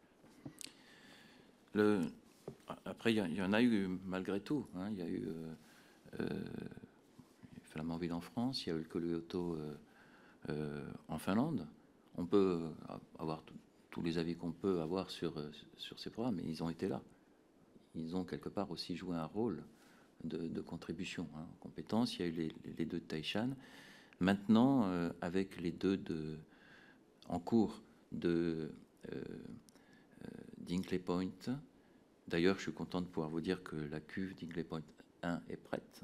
Le... Après, il y, y en a eu malgré tout. Hein. Il y a eu... Euh, euh, Flamanville en France, il y a eu le Olkiluoto euh, euh, en Finlande. On peut avoir tous les avis qu'on peut avoir sur, sur ces programmes, mais ils ont été là. Ils ont quelque part aussi joué un rôle de, de contribution, hein, en compétence. Il y a eu les, les deux de Taishan. Maintenant, euh, avec les deux de, en cours de euh, euh, d'Hinkley Point, d'ailleurs, je suis content de pouvoir vous dire que la cuve d'Hinkley Point un est prête.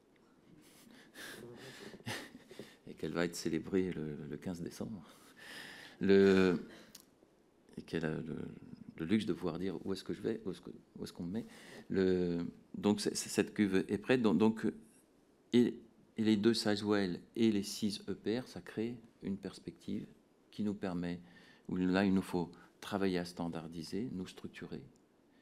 Et qu'elle va être célébrée le, le quinze décembre. Le, et qu'elle a le, le luxe de pouvoir dire où est-ce que je vais, où est-ce qu'on est qu me met. Le, donc c est, c est, cette cuve est prête. Donc, donc et, et les deux Sizewell et les six E P R, ça crée une perspective qui nous permet, où là il nous faut travailler à standardiser, nous structurer.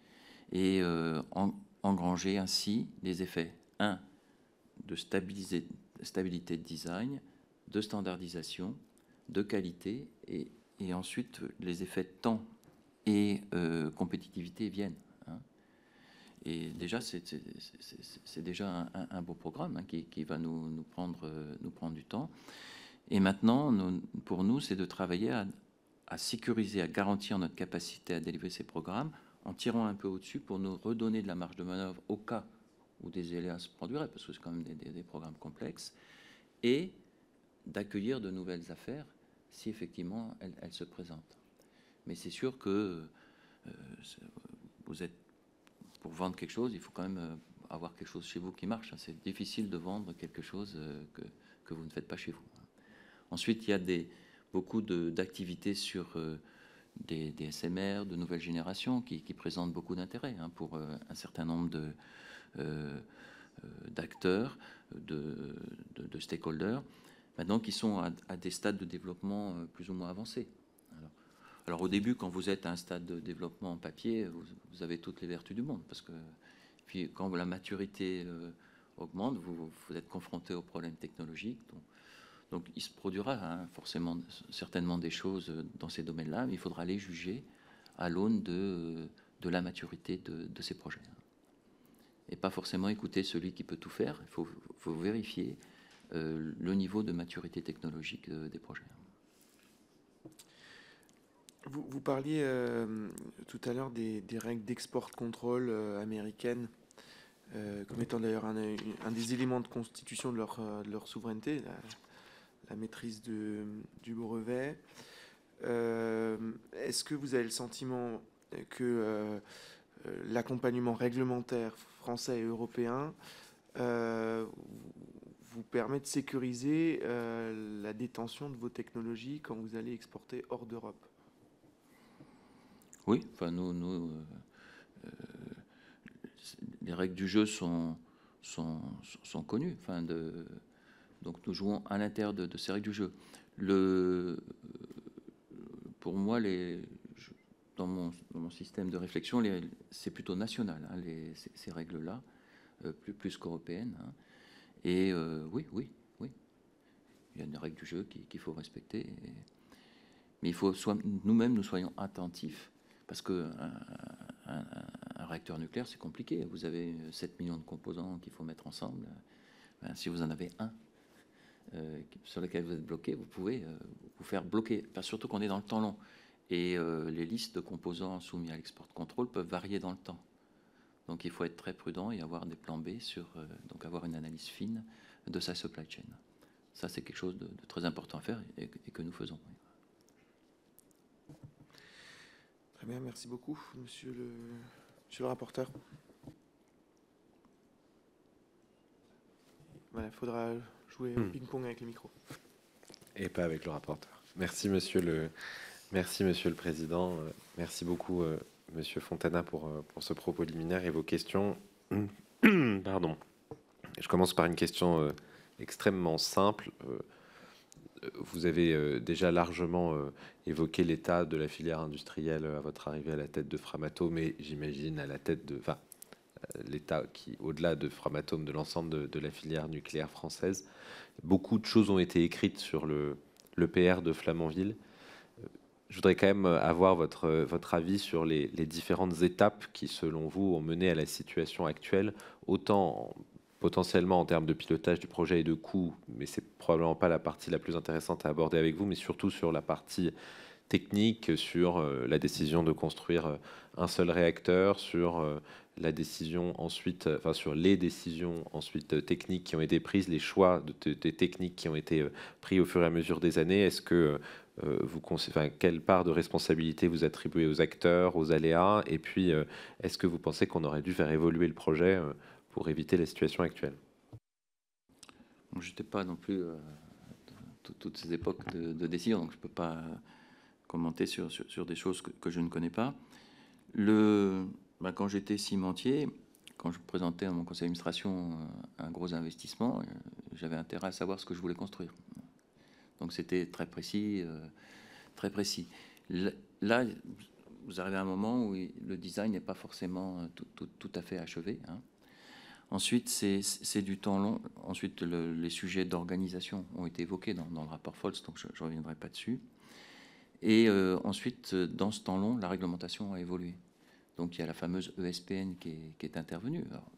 et euh, en, engranger ainsi des effets, un, de stabiliser, stabilité de design, de standardisation, de qualité, et, et ensuite les effets de temps et euh, compétitivité viennent. Hein. Et déjà, c'est déjà un, un, un beau programme hein, qui, qui va nous, nous, prendre, euh, nous prendre du temps. Et maintenant, nous, pour nous, c'est de travailler à, à sécuriser, à garantir notre capacité à délivrer ces programmes en tirant un peu au-dessus pour nous redonner de la marge de manœuvre au cas où des aléas se produiraient, parce que c'est quand même des, des, des programmes complexes, et d'accueillir de nouvelles affaires si effectivement elles, elles se présentent. Mais c'est sûr que euh, vous êtes, pour vendre quelque chose, il faut quand même euh, avoir quelque chose chez vous qui marche. Hein. C'est difficile de vendre quelque chose euh, que, que vous ne faites pas chez vous. Ensuite, il y a des, beaucoup d'activités sur euh, des, des S M R de nouvelle génération qui, qui présentent beaucoup d'intérêt hein, pour euh, un certain nombre de, euh, d'acteurs, de, de, de stakeholders, maintenant qui sont à, à des stades de développement euh, plus ou moins avancés. Alors, alors au début, quand vous êtes à un stade de développement en papier, vous, vous avez toutes les vertus du monde, parce que puis quand la maturité euh, augmente, vous, vous êtes confronté aux problèmes technologiques. Donc, donc il se produira hein, forcément, certainement des choses dans ces domaines-là, mais il faudra les juger à l'aune de, de la maturité de, de ces projets. Et pas forcément écouter celui qui peut tout faire. Il faut, faut vérifier euh, le niveau de maturité technologique euh, des projets. Vous, vous parliez euh, tout à l'heure des, des règles d'export contrôle euh, américaines, euh, comme étant d'ailleurs un, un des éléments de constitution de leur, de leur souveraineté, la, la maîtrise de, du brevet. Euh, Est-ce que vous avez le sentiment que euh, l'accompagnement réglementaire français et européen euh, vous permet de sécuriser euh, la détention de vos technologies quand vous allez exporter hors d'Europe? Oui, enfin nous, nous euh, euh, les règles du jeu sont, sont, sont connues. Enfin de, donc nous jouons à l'intérieur de, de ces règles du jeu. Le, pour moi, les, dans, mon, dans mon système de réflexion, c'est plutôt national, hein, les, ces, ces règles-là, euh, plus, plus qu'européennes. Hein. Et euh, oui, oui, oui. Il y a une règle du jeu qu'il qu'il faut respecter. Et, mais il faut soit nous-mêmes nous soyons attentifs, parce que un, un, un réacteur nucléaire, c'est compliqué. Vous avez sept millions de composants qu'il faut mettre ensemble. Ben, si vous en avez un euh, sur lequel vous êtes bloqué, vous pouvez euh, vous faire bloquer. Enfin, surtout qu'on est dans le temps long. Et euh, les listes de composants soumis à l'export contrôle peuvent varier dans le temps. Donc il faut être très prudent et avoir des plans B sur, euh, donc avoir une analyse fine de sa supply chain. Ça, c'est quelque chose de, de très important à faire et, et que nous faisons. Très bien, merci beaucoup, monsieur le, monsieur le rapporteur. Voilà, il faudra jouer au Hmm. ping-pong avec les micros. Et pas avec le rapporteur. Merci, monsieur le, merci, monsieur le Président. Merci beaucoup, euh, monsieur Fontana, pour, euh, pour ce propos liminaire et vos questions. Pardon. Je commence par une question euh, extrêmement simple. Euh, vous avez euh, déjà largement euh, évoqué l'état de la filière industrielle à votre arrivée à la tête de Framatome, mais j'imagine à la tête de... Enfin, l'état qui, au-delà de Framatome, de l'ensemble de, de la filière nucléaire française. Beaucoup de choses ont été écrites sur le, le P R de Flamanville. Je voudrais quand même avoir votre, votre avis sur les, les différentes étapes qui, selon vous, ont mené à la situation actuelle, autant en, potentiellement en termes de pilotage du projet et de coûts, mais c'est probablement pas la partie la plus intéressante à aborder avec vous, mais surtout sur la partie technique, sur euh, la décision de construire euh, un seul réacteur, sur euh, la décision ensuite, enfin sur les décisions ensuite euh, techniques qui ont été prises, les choix de, de, des techniques qui ont été euh, pris au fur et à mesure des années. Est-ce que euh, vous, enfin, quelle part de responsabilité vous attribuez aux acteurs, aux aléas, et puis euh, est-ce que vous pensez qu'on aurait dû faire évoluer le projet euh, pour éviter la situation actuelle? Je n'étais pas non plus euh, toutes ces époques de, de décision, donc je ne peux pas commenter sur, sur, sur des choses que, que je ne connais pas. Le, ben quand j'étais cimentier, quand je présentais à mon conseil d'administration un gros investissement, j'avais intérêt à savoir ce que je voulais construire. Donc c'était très précis, euh, très précis. Là, vous arrivez à un moment où le design n'est pas forcément tout, tout, tout à fait achevé. Hein. Ensuite, c'est du temps long. Ensuite, le, les sujets d'organisation ont été évoqués dans, dans le rapport Foltz, donc je ne reviendrai pas dessus. Et euh, ensuite, dans ce temps long, la réglementation a évolué. Donc, il y a la fameuse E S P N qui est, qui est intervenue. Alors,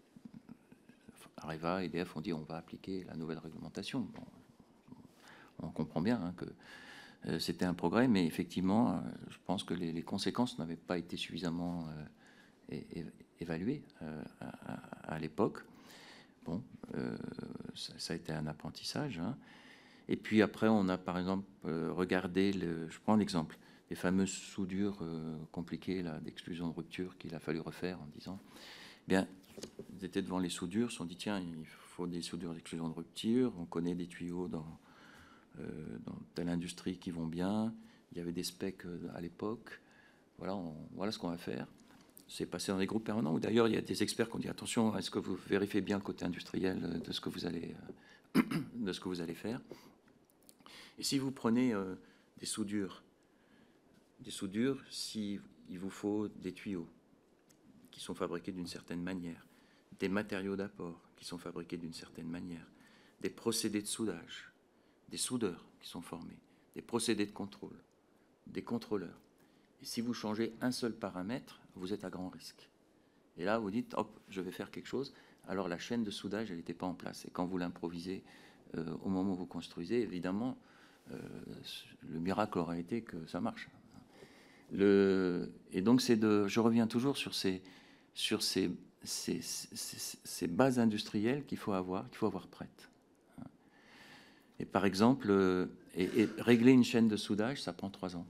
Areva, E D F ont dit on va appliquer la nouvelle réglementation. Bon, on comprend bien hein, que euh, c'était un progrès, mais effectivement, euh, je pense que les, les conséquences n'avaient pas été suffisamment euh, é, é, évaluées euh, à, à, à l'époque. Bon, euh, ça, ça a été un apprentissage. Hein. Et puis après, on a par exemple euh, regardé, le, je prends l'exemple, les fameuses soudures euh, compliquées d'exclusion de rupture qu'il a fallu refaire en disant, eh bien, ils étaient devant les soudures, ils se sont dit, tiens, il faut des soudures d'exclusion de rupture, on connaît des tuyaux dans, euh, dans telle industrie qui vont bien, il y avait des specs à l'époque, voilà, on, voilà ce qu'on va faire. C'est passé dans des groupes permanents, où d'ailleurs il y a des experts qui ont dit, attention, est-ce que vous vérifiez bien le côté industriel de ce que vous allez, de ce que vous allez faire. Et si vous prenez euh, des soudures, des soudures, si il vous faut des tuyaux qui sont fabriqués d'une certaine manière, des matériaux d'apport qui sont fabriqués d'une certaine manière, des procédés de soudage, des soudeurs qui sont formés, des procédés de contrôle, des contrôleurs. Et si vous changez un seul paramètre, vous êtes à grand risque. Et là, vous dites, hop, je vais faire quelque chose. Alors la chaîne de soudage, elle n'était pas en place. Et quand vous l'improvisez euh, au moment où vous construisez, évidemment, euh, le miracle aurait été que ça marche. Le, et donc, c'est de, je reviens toujours sur ces, sur ces, ces, ces, ces bases industrielles qu'il faut avoir, qu'il faut avoir prêtes. Et par exemple, et, et régler une chaîne de soudage, ça prend trois ans.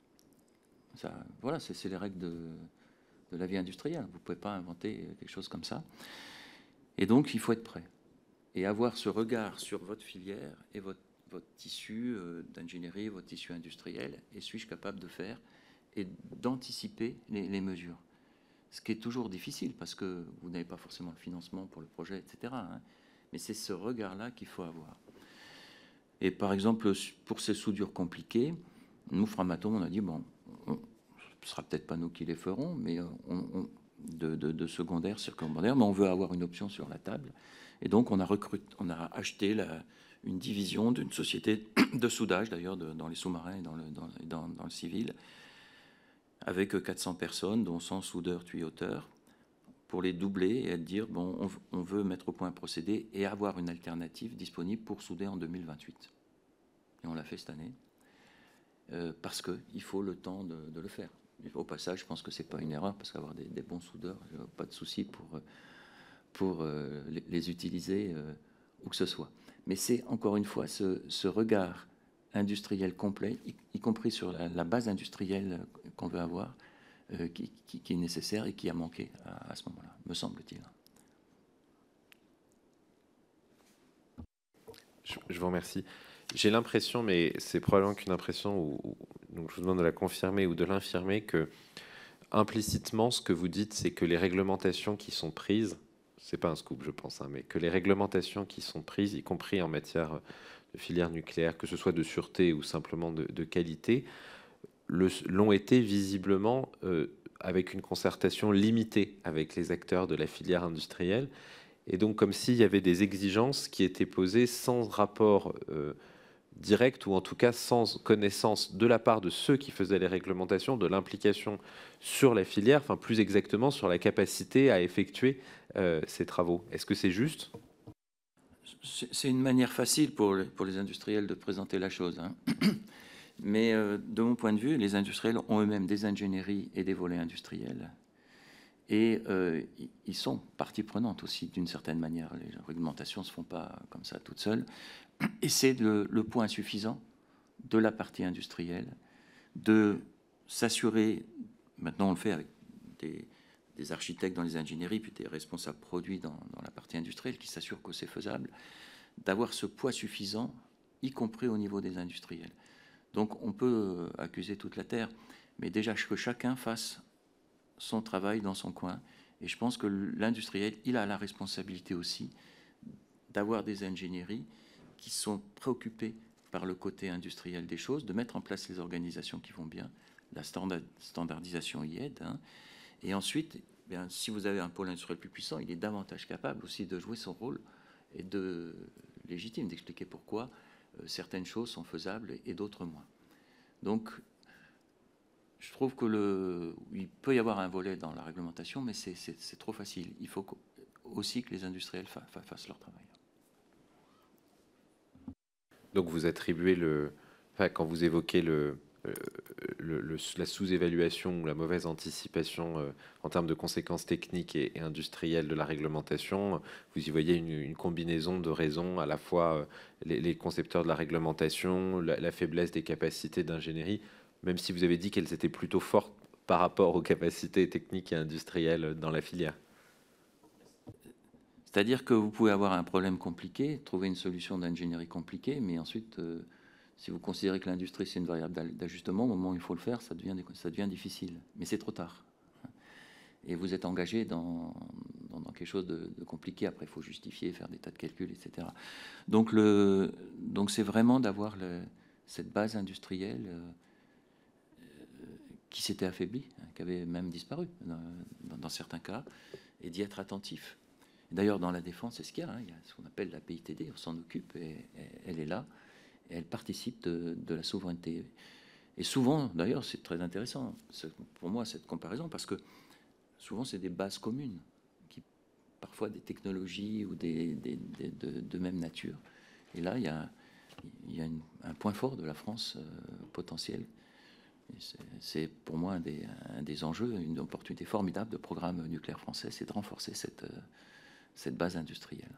Ça, voilà, c'est les règles de, de la vie industrielle. Vous ne pouvez pas inventer quelque chose comme ça. Et donc, il faut être prêt. Et avoir ce regard sur votre filière et votre, votre tissu d'ingénierie, votre tissu industriel, et suis-je capable de faire et d'anticiper les, les mesures. Ce qui est toujours difficile, parce que vous n'avez pas forcément le financement pour le projet, et cetera. Hein. Mais c'est ce regard-là qu'il faut avoir. Et par exemple, pour ces soudures compliquées, nous, Framatome, on a dit, bon, on, ce ne sera peut-être pas nous qui les ferons, mais on, on, de, de, de secondaire, secondaire, mais on veut avoir une option sur la table. Et donc, on a, recruté, on a acheté la, une division d'une société de soudage, d'ailleurs, dans les sous-marins et dans le, dans, dans, dans le civil, avec quatre cents personnes, dont cent soudeurs, tuyauteurs, pour les doubler et dire, bon, on, on veut mettre au point un procédé et avoir une alternative disponible pour souder en deux mille vingt-huit. Et on l'a fait cette année, euh, parce qu'il faut le temps de, de le faire. Au passage, je pense que ce n'est pas une erreur, parce qu'avoir des, des bons soudeurs, je n'ai pas de souci pour, pour euh, les, les utiliser euh, où que ce soit. Mais c'est, encore une fois, ce, ce regard industriel complet, y, y compris sur la, la base industrielle qu'on veut avoir, euh, qui, qui, qui est nécessaire et qui a manqué à, à ce moment-là, me semble-t-il. Je, je vous remercie. J'ai l'impression, mais c'est probablement qu'une impression, où, où, donc je vous demande de la confirmer ou de l'infirmer, que implicitement, ce que vous dites, c'est que les réglementations qui sont prises, c'est pas un scoop, je pense, hein, mais que les réglementations qui sont prises, y compris en matière de filière nucléaire, que ce soit de sûreté ou simplement de, de qualité, l'ont été visiblement euh, avec une concertation limitée avec les acteurs de la filière industrielle, et donc comme s'il y avait des exigences qui étaient posées sans rapport euh, direct, ou en tout cas sans connaissance de la part de ceux qui faisaient les réglementations, de l'implication sur la filière, enfin plus exactement sur la capacité à effectuer euh, ces travaux. Est-ce que c'est juste ? C'est une manière facile pour, pour les industriels de présenter la chose. Hein. Mais euh, de mon point de vue, les industriels ont eux-mêmes des ingénieries et des volets industriels. Et euh, ils sont partie prenante aussi, d'une certaine manière. Les réglementations ne se font pas comme ça toutes seules. Et c'est le, le point suffisant de la partie industrielle de s'assurer, maintenant on le fait avec des, des architectes dans les ingénieries, puis des responsables produits dans, dans la partie industrielle qui s'assurent que c'est faisable, d'avoir ce poids suffisant, y compris au niveau des industriels. Donc on peut accuser toute la terre, mais déjà que chacun fasse son travail dans son coin. Et je pense que l'industriel, il a la responsabilité aussi d'avoir des ingénieries qui sont préoccupées par le côté industriel des choses, de mettre en place les organisations qui vont bien, la standard, standardisation y aide. Hein. Et ensuite, eh bien, si vous avez un pôle industriel plus puissant, il est davantage capable aussi de jouer son rôle et de légitime, d'expliquer pourquoi euh, certaines choses sont faisables et, et d'autres moins. Donc, je trouve que le, il peut y avoir un volet dans la réglementation, mais c'est trop facile. Il faut aussi que les industriels fa, fa, fassent leur travail. Donc vous attribuez le, enfin, quand vous évoquez le, le, le la sous-évaluation ou la mauvaise anticipation euh, en termes de conséquences techniques et, et industrielles de la réglementation, vous y voyez une, une combinaison de raisons, à la fois euh, les, les concepteurs de la réglementation, la, la faiblesse des capacités d'ingénierie, même si vous avez dit qu'elles étaient plutôt fortes par rapport aux capacités techniques et industrielles dans la filière. C'est-à-dire que vous pouvez avoir un problème compliqué, trouver une solution d'ingénierie compliquée, mais ensuite, euh, si vous considérez que l'industrie, c'est une variable d'ajustement, au moment où il faut le faire, ça devient, ça devient difficile. Mais c'est trop tard. Et vous êtes engagé dans, dans, dans quelque chose de, de compliqué. Après, il faut justifier, faire des tas de calculs, et cetera. Donc, le, donc c'est vraiment d'avoir cette base industrielle euh, qui s'était affaiblie, hein, qui avait même disparu dans, dans, dans certains cas, et d'y être attentif. D'ailleurs, dans la défense, c'est ce qu'il y a. Hein. Il y a ce qu'on appelle la P I T D, on s'en occupe, et, et elle est là, et elle participe de, de la souveraineté. Et souvent, d'ailleurs, c'est très intéressant, pour moi, cette comparaison, parce que souvent, c'est des bases communes, qui, parfois des technologies ou des, des, des de, de même nature. Et là, il y a, il y a une, un point fort de la France euh, potentiel. C'est pour moi un des, un des enjeux, une opportunité formidable de programme nucléaire français, c'est de renforcer cette... Euh, cette base industrielle.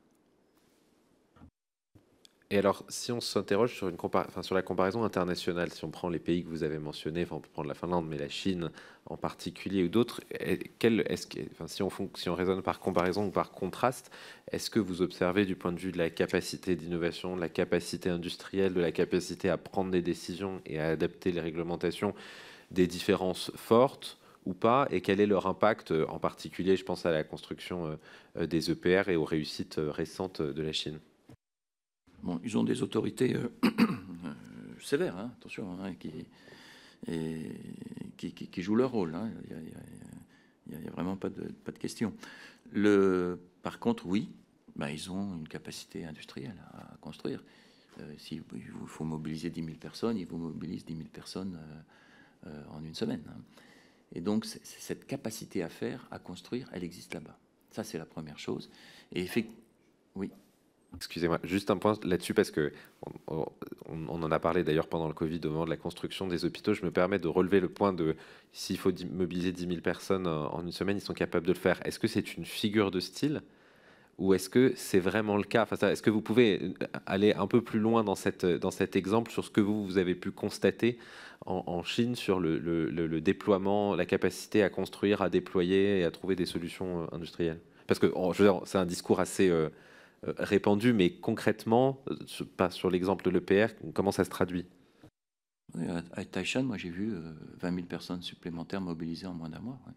Et alors, si on s'interroge sur, une enfin, sur la comparaison internationale, si on prend les pays que vous avez mentionnés, enfin, on peut prendre la Finlande, mais la Chine en particulier ou d'autres, est-ce que, enfin, si on, si on raisonne par comparaison ou par contraste, est-ce que vous observez du point de vue de la capacité d'innovation, de la capacité industrielle, de la capacité à prendre des décisions et à adapter les réglementations, des différences fortes ou pas, et quel est leur impact, en particulier, je pense à la construction des E P R et aux réussites récentes de la Chine? Bon, ils ont des autorités euh, sévères, hein, attention, hein, qui, et, qui, qui, qui jouent leur rôle. Hein. Il n'y a, a, a vraiment pas de, pas de question. Le, par contre, oui, ben, ils ont une capacité industrielle à construire. Euh, S'il faut mobiliser dix mille personnes, ils vous mobilisent dix mille personnes euh, euh, en une semaine. Hein. Et donc, c est, c est cette capacité à faire, à construire, elle existe là-bas. Ça, c'est la première chose. Et effectivement, oui. Excusez-moi, juste un point là-dessus, parce que on, on, on en a parlé d'ailleurs pendant le Covid, au moment de la construction des hôpitaux. Je me permets de relever le point de s'il faut mobiliser dix mille personnes en une semaine, ils sont capables de le faire. Est-ce que c'est une figure de style ou est-ce que c'est vraiment le cas? Enfin, est-ce que vous pouvez aller un peu plus loin dans, cette, dans cet exemple sur ce que vous, vous avez pu constater en, en Chine sur le, le, le, le déploiement, la capacité à construire, à déployer et à trouver des solutions industrielles? Parce que c'est un discours assez euh, répandu, mais concrètement, pas sur l'exemple de l'E P R, comment ça se traduit? Oui, à Taishan, moi j'ai vu euh, vingt mille personnes supplémentaires mobilisées en moins d'un mois. Ouais.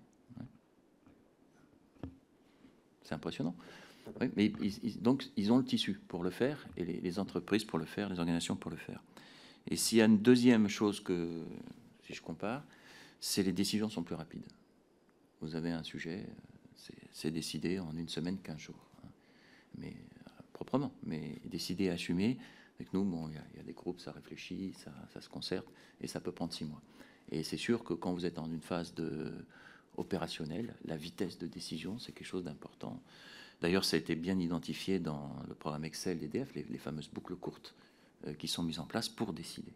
Ouais. C'est impressionnant. Oui, mais ils, ils, donc, ils ont le tissu pour le faire, et les, les entreprises pour le faire, les organisations pour le faire. Et s'il y a une deuxième chose que, si je compare, c'est les décisions sont plus rapides. Vous avez un sujet, c'est décidé en une semaine, quinze jours. Hein. Mais euh, proprement, mais décidé et assumé. Avec nous, bon, il y, y a des groupes, ça réfléchit, ça, ça se concerte, et ça peut prendre six mois. Et c'est sûr que quand vous êtes en une phase de, opérationnelle, la vitesse de décision, c'est quelque chose d'important. D'ailleurs, ça a été bien identifié dans le programme Excel d'E D F, les, les fameuses boucles courtes euh, qui sont mises en place pour décider.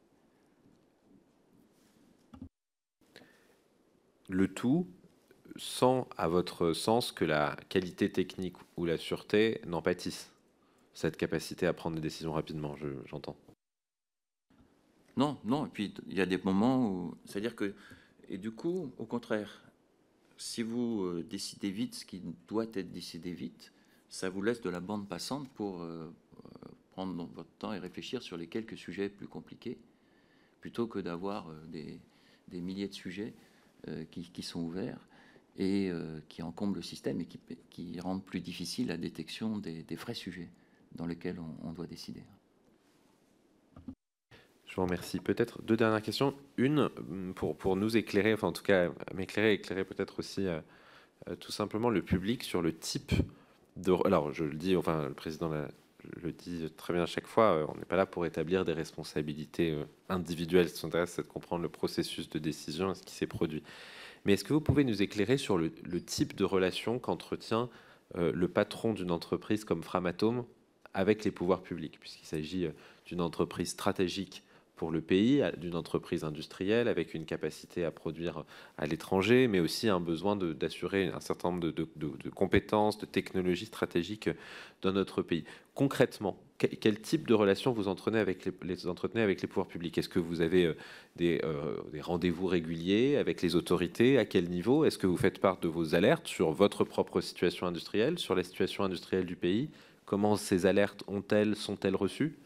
Le tout sans, à votre sens, que la qualité technique ou la sûreté n'en pâtissent, cette capacité à prendre des décisions rapidement, j'entends. Je, non, non, et puis il y a des moments où... C'est-à-dire que... Et du coup, au contraire, si vous euh, décidez vite ce qui doit être décidé vite, ça vous laisse de la bande passante pour euh, prendre votre temps et réfléchir sur les quelques sujets plus compliqués, plutôt que d'avoir euh, des, des milliers de sujets euh, qui, qui sont ouverts et euh, qui encombrent le système et qui, qui rendent plus difficile la détection des, des vrais sujets dans lesquels on, on doit décider. Je vous remercie. Peut-être deux dernières questions. Une, pour, pour nous éclairer, enfin en tout cas m'éclairer, éclairer peut-être aussi euh, euh, tout simplement le public sur le type de... Alors je le dis, enfin le président l'a, le dit très bien à chaque fois, euh, on n'est pas là pour établir des responsabilités euh, individuelles. Ce qui intéresse, c'est de comprendre le processus de décision et ce qui s'est produit. Mais est-ce que vous pouvez nous éclairer sur le, le type de relation qu'entretient euh, le patron d'une entreprise comme Framatome avec les pouvoirs publics, puisqu'il s'agit d'une entreprise stratégique pour le pays, d'une entreprise industrielle avec une capacité à produire à l'étranger, mais aussi un besoin de, d'assurer un certain nombre de, de, de, de compétences, de technologies stratégiques dans notre pays. Concrètement, quel, quel type de relation vous entretenez avec les, les, entretenez avec les pouvoirs publics? Est-ce que vous avez euh, des, euh, des rendez-vous réguliers avec les autorités? À quel niveau? Est-ce que vous faites part de vos alertes sur votre propre situation industrielle, sur la situation industrielle du pays? Comment ces alertes ont-elles, sont-elles reçues?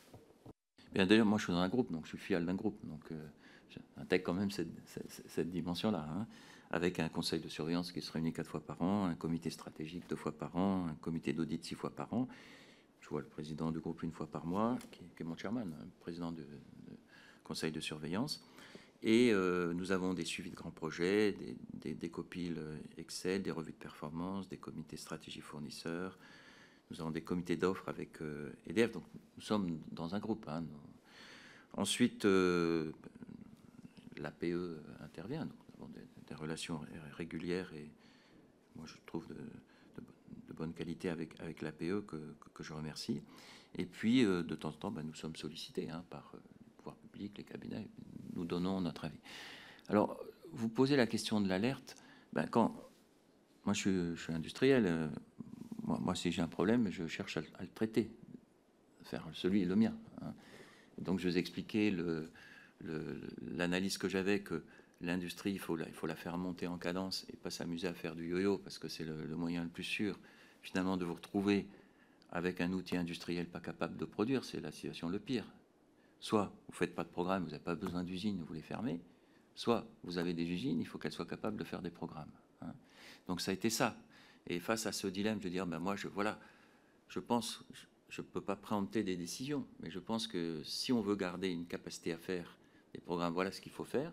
Bien, d'ailleurs, moi, je suis dans un groupe, donc je suis filiale d'un groupe, donc euh, j'intègre quand même cette, cette, cette dimension-là, hein, avec un conseil de surveillance qui se réunit quatre fois par an, un comité stratégique deux fois par an, un comité d'audit six fois par an. Je vois le président du groupe une fois par mois, qui, qui est mon chairman, le président du conseil de surveillance. Et euh, nous avons des suivis de grands projets, des, des, des copiles Excel, des revues de performance, des comités stratégie fournisseurs. Nous avons des comités d'offres avec euh, E D F, donc nous sommes dans un groupe. Hein. Ensuite, euh, l'A P E intervient, donc nous avons des, des relations régulières et moi je trouve de, de, de bonne qualité avec, avec l'A P E que, que, que je remercie. Et puis, euh, de temps en temps, ben, nous sommes sollicités hein, par euh, les pouvoirs publics, les cabinets, nous donnons notre avis. Alors, vous posez la question de l'alerte. Ben, quand moi je suis, je suis industriel, euh, Moi, moi, si j'ai un problème, je cherche à, à le traiter, faire celui et le mien. Hein. Donc, je vous expliquais le, le, l'analyse que j'avais, que l'industrie, il faut, la, il faut la faire monter en cadence et pas s'amuser à faire du yo-yo, parce que c'est le, le moyen le plus sûr, finalement, de vous retrouver avec un outil industriel pas capable de produire. C'est la situation le pire. Soit vous ne faites pas de programme, vous n'avez pas besoin d'usines, vous les fermez. Soit vous avez des usines, il faut qu'elles soient capables de faire des programmes. Hein. Donc, ça a été ça. Et face à ce dilemme, de dire, ben moi, je, voilà, je pense, je ne peux pas préempter des décisions, mais je pense que si on veut garder une capacité à faire des programmes, voilà ce qu'il faut faire,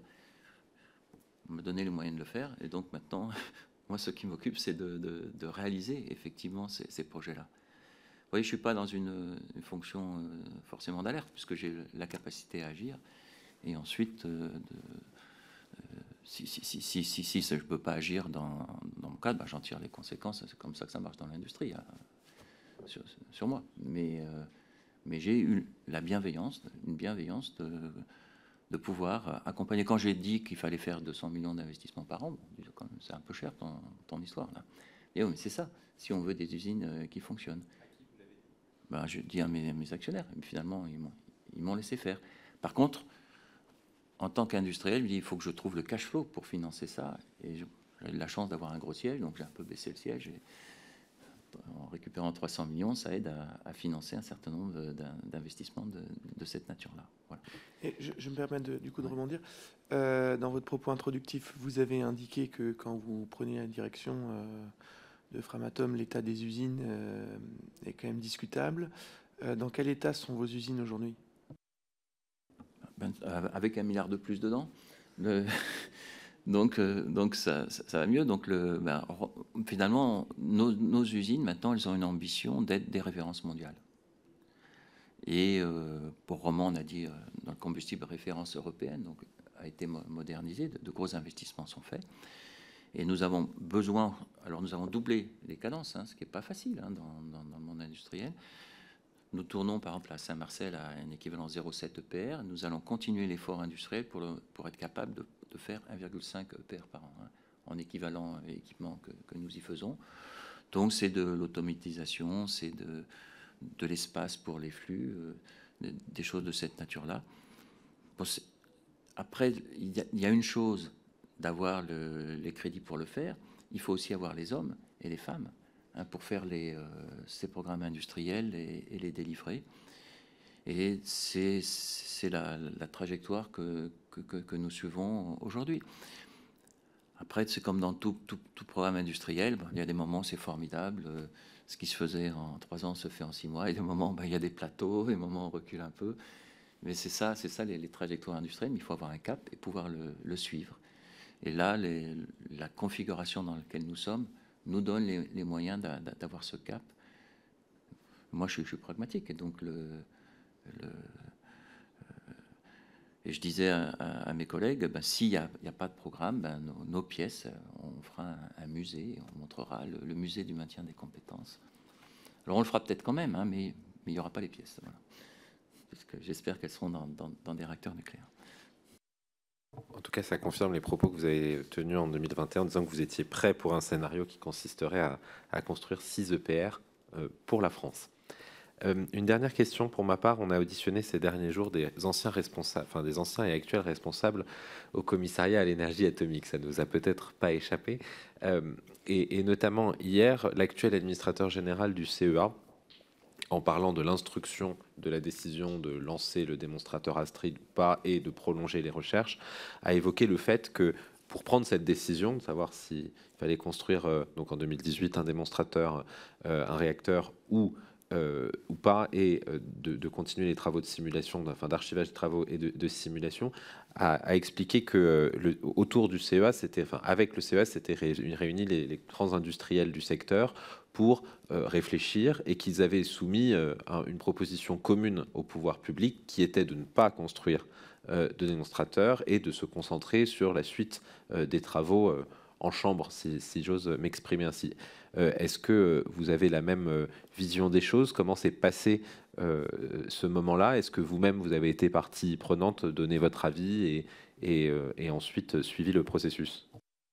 me donner les moyens de le faire. Et donc maintenant, moi, ce qui m'occupe, c'est de, de, de réaliser effectivement ces, ces projets-là. Vous voyez, je ne suis pas dans une, une fonction euh, forcément d'alerte, puisque j'ai la capacité à agir. Et ensuite, euh, de, euh, si, si, si, si, si, si, si je ne peux pas agir dans, dans mon cadre, bah, j'en tire les conséquences. C'est comme ça que ça marche dans l'industrie, hein, sur, sur moi. Mais, euh, mais j'ai eu la bienveillance, une bienveillance de, de pouvoir accompagner. Quand j'ai dit qu'il fallait faire deux cents millions d'investissements par an, bon, c'est un peu cher ton, ton histoire là. Et oui, mais c'est ça, si on veut des usines qui fonctionnent. Ben, je dis à mes, mes actionnaires, mais finalement, ils m'ont, ils m'ont laissé faire. Par contre, en tant qu'industriel, il faut que je trouve le cash flow pour financer ça. Et j'ai eu la chance d'avoir un gros siège, donc j'ai un peu baissé le siège. Et en récupérant trois cents millions, ça aide à, à financer un certain nombre d'investissements de, de cette nature-là. Voilà. Et je, je me permets de, du coup de rebondir. Euh, dans votre propos introductif, vous avez indiqué que quand vous prenez la direction euh, de Framatome, l'état des usines euh, est quand même discutable. Euh, dans quel état sont vos usines aujourd'hui ? Ben, avec un milliard de plus dedans, le, donc, euh, donc ça, ça, ça va mieux. Donc le, ben, finalement, nos, nos usines, maintenant, elles ont une ambition d'être des références mondiales. Et euh, pour Roman, on a dit, euh, dans le combustible, référence européenne, donc a été modernisé, de, de gros investissements sont faits. Et nous avons besoin, alors nous avons doublé les cadences, hein, ce qui n'est pas facile hein, dans, dans, dans le monde industriel. Nous tournons par exemple à Saint-Marcel à un équivalent zéro virgule sept E P R. Nous allons continuer l'effort industriel pour, le, pour être capable de, de faire un virgule cinq E P R par an, hein, en équivalent équipement que, que nous y faisons. Donc c'est de l'automatisation, c'est de, de l'espace pour les flux, euh, des choses de cette nature-là. Bon, après, il y, a, il y a une chose d'avoir le, les crédits pour le faire, il faut aussi avoir les hommes et les femmes pour faire les, euh, ces programmes industriels et, et les délivrer. Et c'est, c'est la, la trajectoire que, que, que, que nous suivons aujourd'hui. Après, c'est comme dans tout, tout, tout programme industriel, ben, il y a des moments où c'est formidable, euh, ce qui se faisait en trois ans se fait en six mois, et des moments, ben, il y a des plateaux, des moments où on recule un peu. mais c'est ça, c'est ça les, les trajectoires industrielles. Il faut avoir un cap et pouvoir le, le suivre. Et là, les, la configuration dans laquelle nous sommes nous donne les, les moyens d'avoir ce cap. Moi, je suis, je suis pragmatique, et donc le, le Et je disais à, à, à mes collègues, ben, s'il n'y a, a pas de programme, ben, nos, nos pièces, on fera un, un musée, on montrera le, le musée du maintien des compétences. Alors on le fera peut-être quand même, hein, mais, mais il n'y aura pas les pièces. Voilà. Parce que j'espère qu'elles seront dans, dans, dans des réacteurs nucléaires. En tout cas, ça confirme les propos que vous avez tenus en deux mille vingt et un en disant que vous étiez prêt pour un scénario qui consisterait à, à construire six E P R euh, pour la France. Euh, une dernière question pour ma part. On a auditionné ces derniers jours des anciens responsables, enfin des anciens et actuels responsables au commissariat à l'énergie atomique. Ça nous a peut-être pas échappé. Euh, et, et notamment hier, l'actuel administrateur général du C E A, en parlant de l'instruction de la décision de lancer le démonstrateur Astrid ou pas et de prolonger les recherches, a évoqué le fait que pour prendre cette décision de savoir s'il fallait construire euh, donc en deux mille dix-huit un démonstrateur, euh, un réacteur ou Euh, ou pas, et euh, de, de continuer les travaux de simulation, enfin d'archivage des travaux et de, de simulation, a, a expliqué que euh, le, autour du C E A, c'était, enfin avec le C E A, c'était réuni les, les grands industriels du secteur pour euh, réfléchir, et qu'ils avaient soumis euh, un, une proposition commune au pouvoir public qui était de ne pas construire euh, de démonstrateur et de se concentrer sur la suite euh, des travaux euh, en chambre, si, si j'ose m'exprimer ainsi. Euh, Est-ce que vous avez la même euh, vision des choses? Comment s'est passé euh, ce moment-là? Est-ce que vous-même, vous avez été partie prenante, donné votre avis et, et, euh, et ensuite suivi le processus?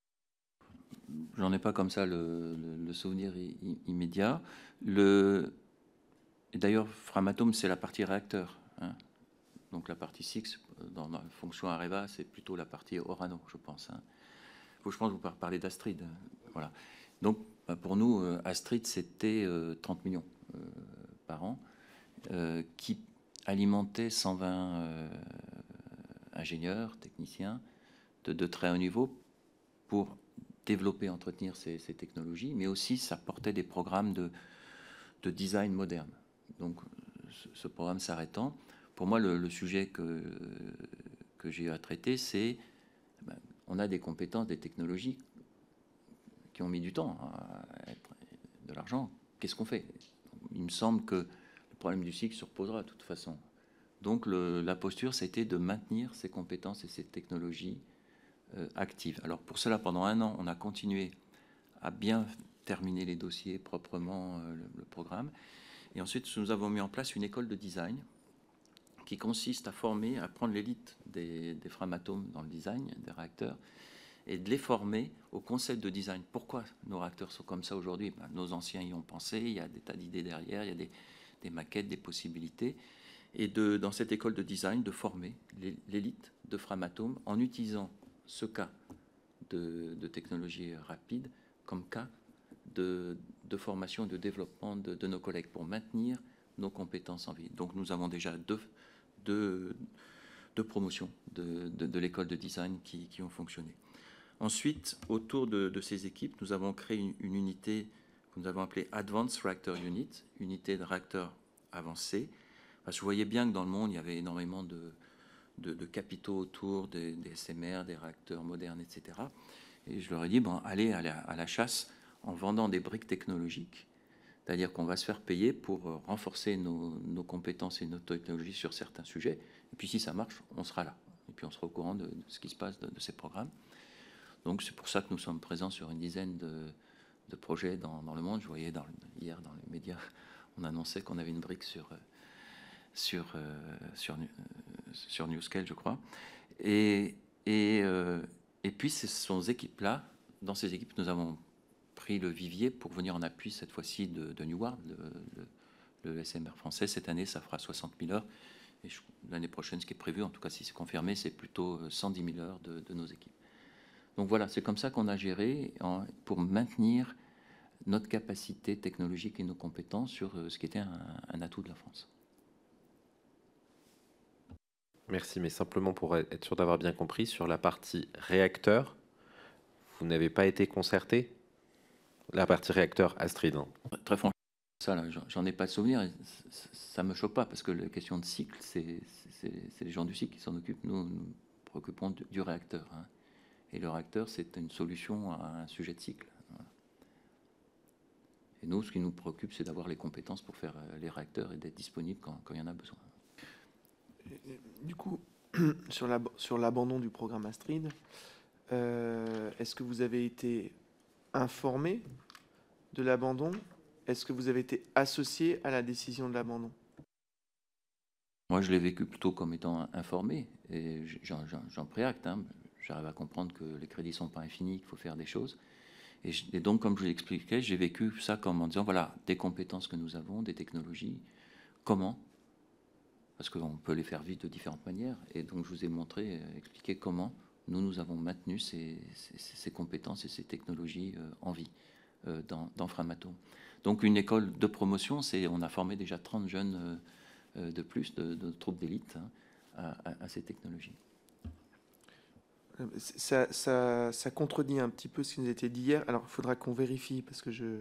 J'en ai pas comme ça le, le, le souvenir immédiat. Le... D'ailleurs, Framatome, c'est la partie réacteur. Hein. Donc la partie six, dans la fonction Areva, c'est plutôt la partie Orano, je pense. Hein. Faut, je pense que vous parlez d'Astrid. Voilà. Donc, pour nous, Astrid, c'était trente millions euh, par an, euh, qui alimentait cent vingt euh, ingénieurs, techniciens de, de très haut niveau pour développer, entretenir ces, ces technologies, mais aussi ça portait des programmes de, de design moderne. Donc, ce, ce programme s'arrêtant, pour moi, le, le sujet que, que j'ai à traiter, c'est ben, on a des compétences, des technologies qui ont mis du temps à être de l'argent. Qu'est-ce qu'on fait? Il me semble que le problème du cycle se reposera de toute façon. Donc le, la posture, c'était de maintenir ces compétences et ces technologies euh, actives. Alors pour cela, pendant un an, on a continué à bien terminer les dossiers proprement, euh, le, le programme. Et ensuite, nous avons mis en place une école de design qui consiste à former, à prendre l'élite des, des Framatome dans le design des réacteurs, et de les former au concept de design. Pourquoi nos réacteurs sont comme ça aujourd'hui? Ben, nos anciens y ont pensé, il y a des tas d'idées derrière, il y a des, des maquettes, des possibilités. Et de, dans cette école de design, de former l'élite de Framatome en utilisant ce cas de, de technologie rapide comme cas de, de formation et de développement de, de nos collègues pour maintenir nos compétences en vie. Donc nous avons déjà deux, deux, deux promotions de, de, de l'école de design qui, qui ont fonctionné. Ensuite, autour de, de ces équipes, nous avons créé une, une unité que nous avons appelée Advanced Reactor Unit, unité de réacteurs avancés. Parce que vous voyez bien que dans le monde, il y avait énormément de, de, de capitaux autour des, des S M R, des réacteurs modernes, et cetera. Et je leur ai dit, bon, allez à la, à la chasse en vendant des briques technologiques, c'est-à-dire qu'on va se faire payer pour renforcer nos, nos compétences et nos technologies sur certains sujets. Et puis si ça marche, on sera là. Et puis on sera au courant de, de ce qui se passe de, de ces programmes. Donc c'est pour ça que nous sommes présents sur une dizaine de, de projets dans, dans le monde. Je voyais dans, hier dans les médias, on annonçait qu'on avait une brique sur, sur, euh, sur, euh, sur NewScale, je crois. Et, et, euh, et puis ce sont ces équipes-là, dans ces équipes, nous avons pris le vivier pour venir en appui cette fois-ci de, de Neward, le, le, le S M R français. Cette année, ça fera soixante mille heures. Et l'année prochaine, ce qui est prévu, en tout cas si c'est confirmé, c'est plutôt cent dix mille heures de, de nos équipes. Donc voilà, c'est comme ça qu'on a géré en, pour maintenir notre capacité technologique et nos compétences sur ce qui était un, un atout de la France. Merci, mais simplement pour être sûr d'avoir bien compris, sur la partie réacteur, vous n'avez pas été concerté? La partie réacteur Astrid. Hein. Très franchement, Ça, là, j'en ai pas de souvenir. Et ça me choque pas parce que la question de cycle, c'est les gens du cycle qui s'en occupent. Nous, nous nous préoccupons du, du réacteur. Hein. Et le réacteur, c'est une solution à un sujet de cycle. Voilà. Et nous, ce qui nous préoccupe, c'est d'avoir les compétences pour faire les réacteurs et d'être disponible quand, quand il y en a besoin. Du coup, sur la, sur l'abandon du programme Astrid, euh, est-ce que vous avez été informé de l'abandon? Est-ce que vous avez été associé à la décision de l'abandon? Moi, je l'ai vécu plutôt comme étant informé, et j'en pris acte. Hein. J'arrive à comprendre que les crédits ne sont pas infinis, qu'il faut faire des choses. Et, je, et donc, comme je l'expliquais, j'ai vécu ça comme en disant, voilà, des compétences que nous avons, des technologies, comment? Parce qu'on peut les faire vivre de différentes manières. Et donc, je vous ai montré, euh, expliqué comment nous, nous avons maintenu ces, ces, ces compétences et ces technologies euh, en vie euh, dans, dans Framatome. Donc, une école de promotion, c'est on a formé déjà trente jeunes euh, de plus, de, de troupes d'élite, hein, à, à, à ces technologies. Ça, ça, ça contredit un petit peu ce qui nous a été dit hier. Alors, il faudra qu'on vérifie, parce que je...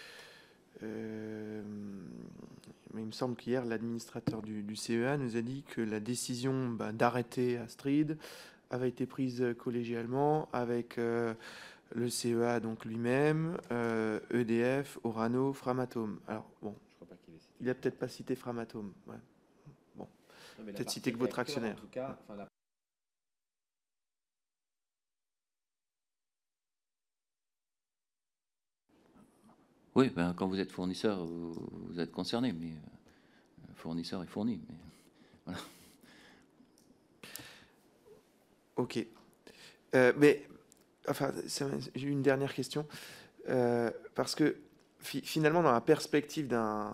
Euh, mais il me semble qu'hier, l'administrateur du, du C E A nous a dit que la décision bah, d'arrêter Astrid avait été prise collégialement avec euh, le C E A donc lui-même, euh, E D F, Orano, Framatome. Alors, bon, je crois pas qu'il ait cité. Il a peut-être pas cité Framatome. Ouais. Bon, peut-être cité que votre actionnaire. En tout cas, enfin, la... Oui, ben, quand vous êtes fournisseur, vous, vous êtes concerné, mais euh, fournisseur est fourni. Mais, voilà. Ok. Euh, mais, enfin, j'ai une dernière question. Euh, parce que, fi finalement, dans la perspective d'un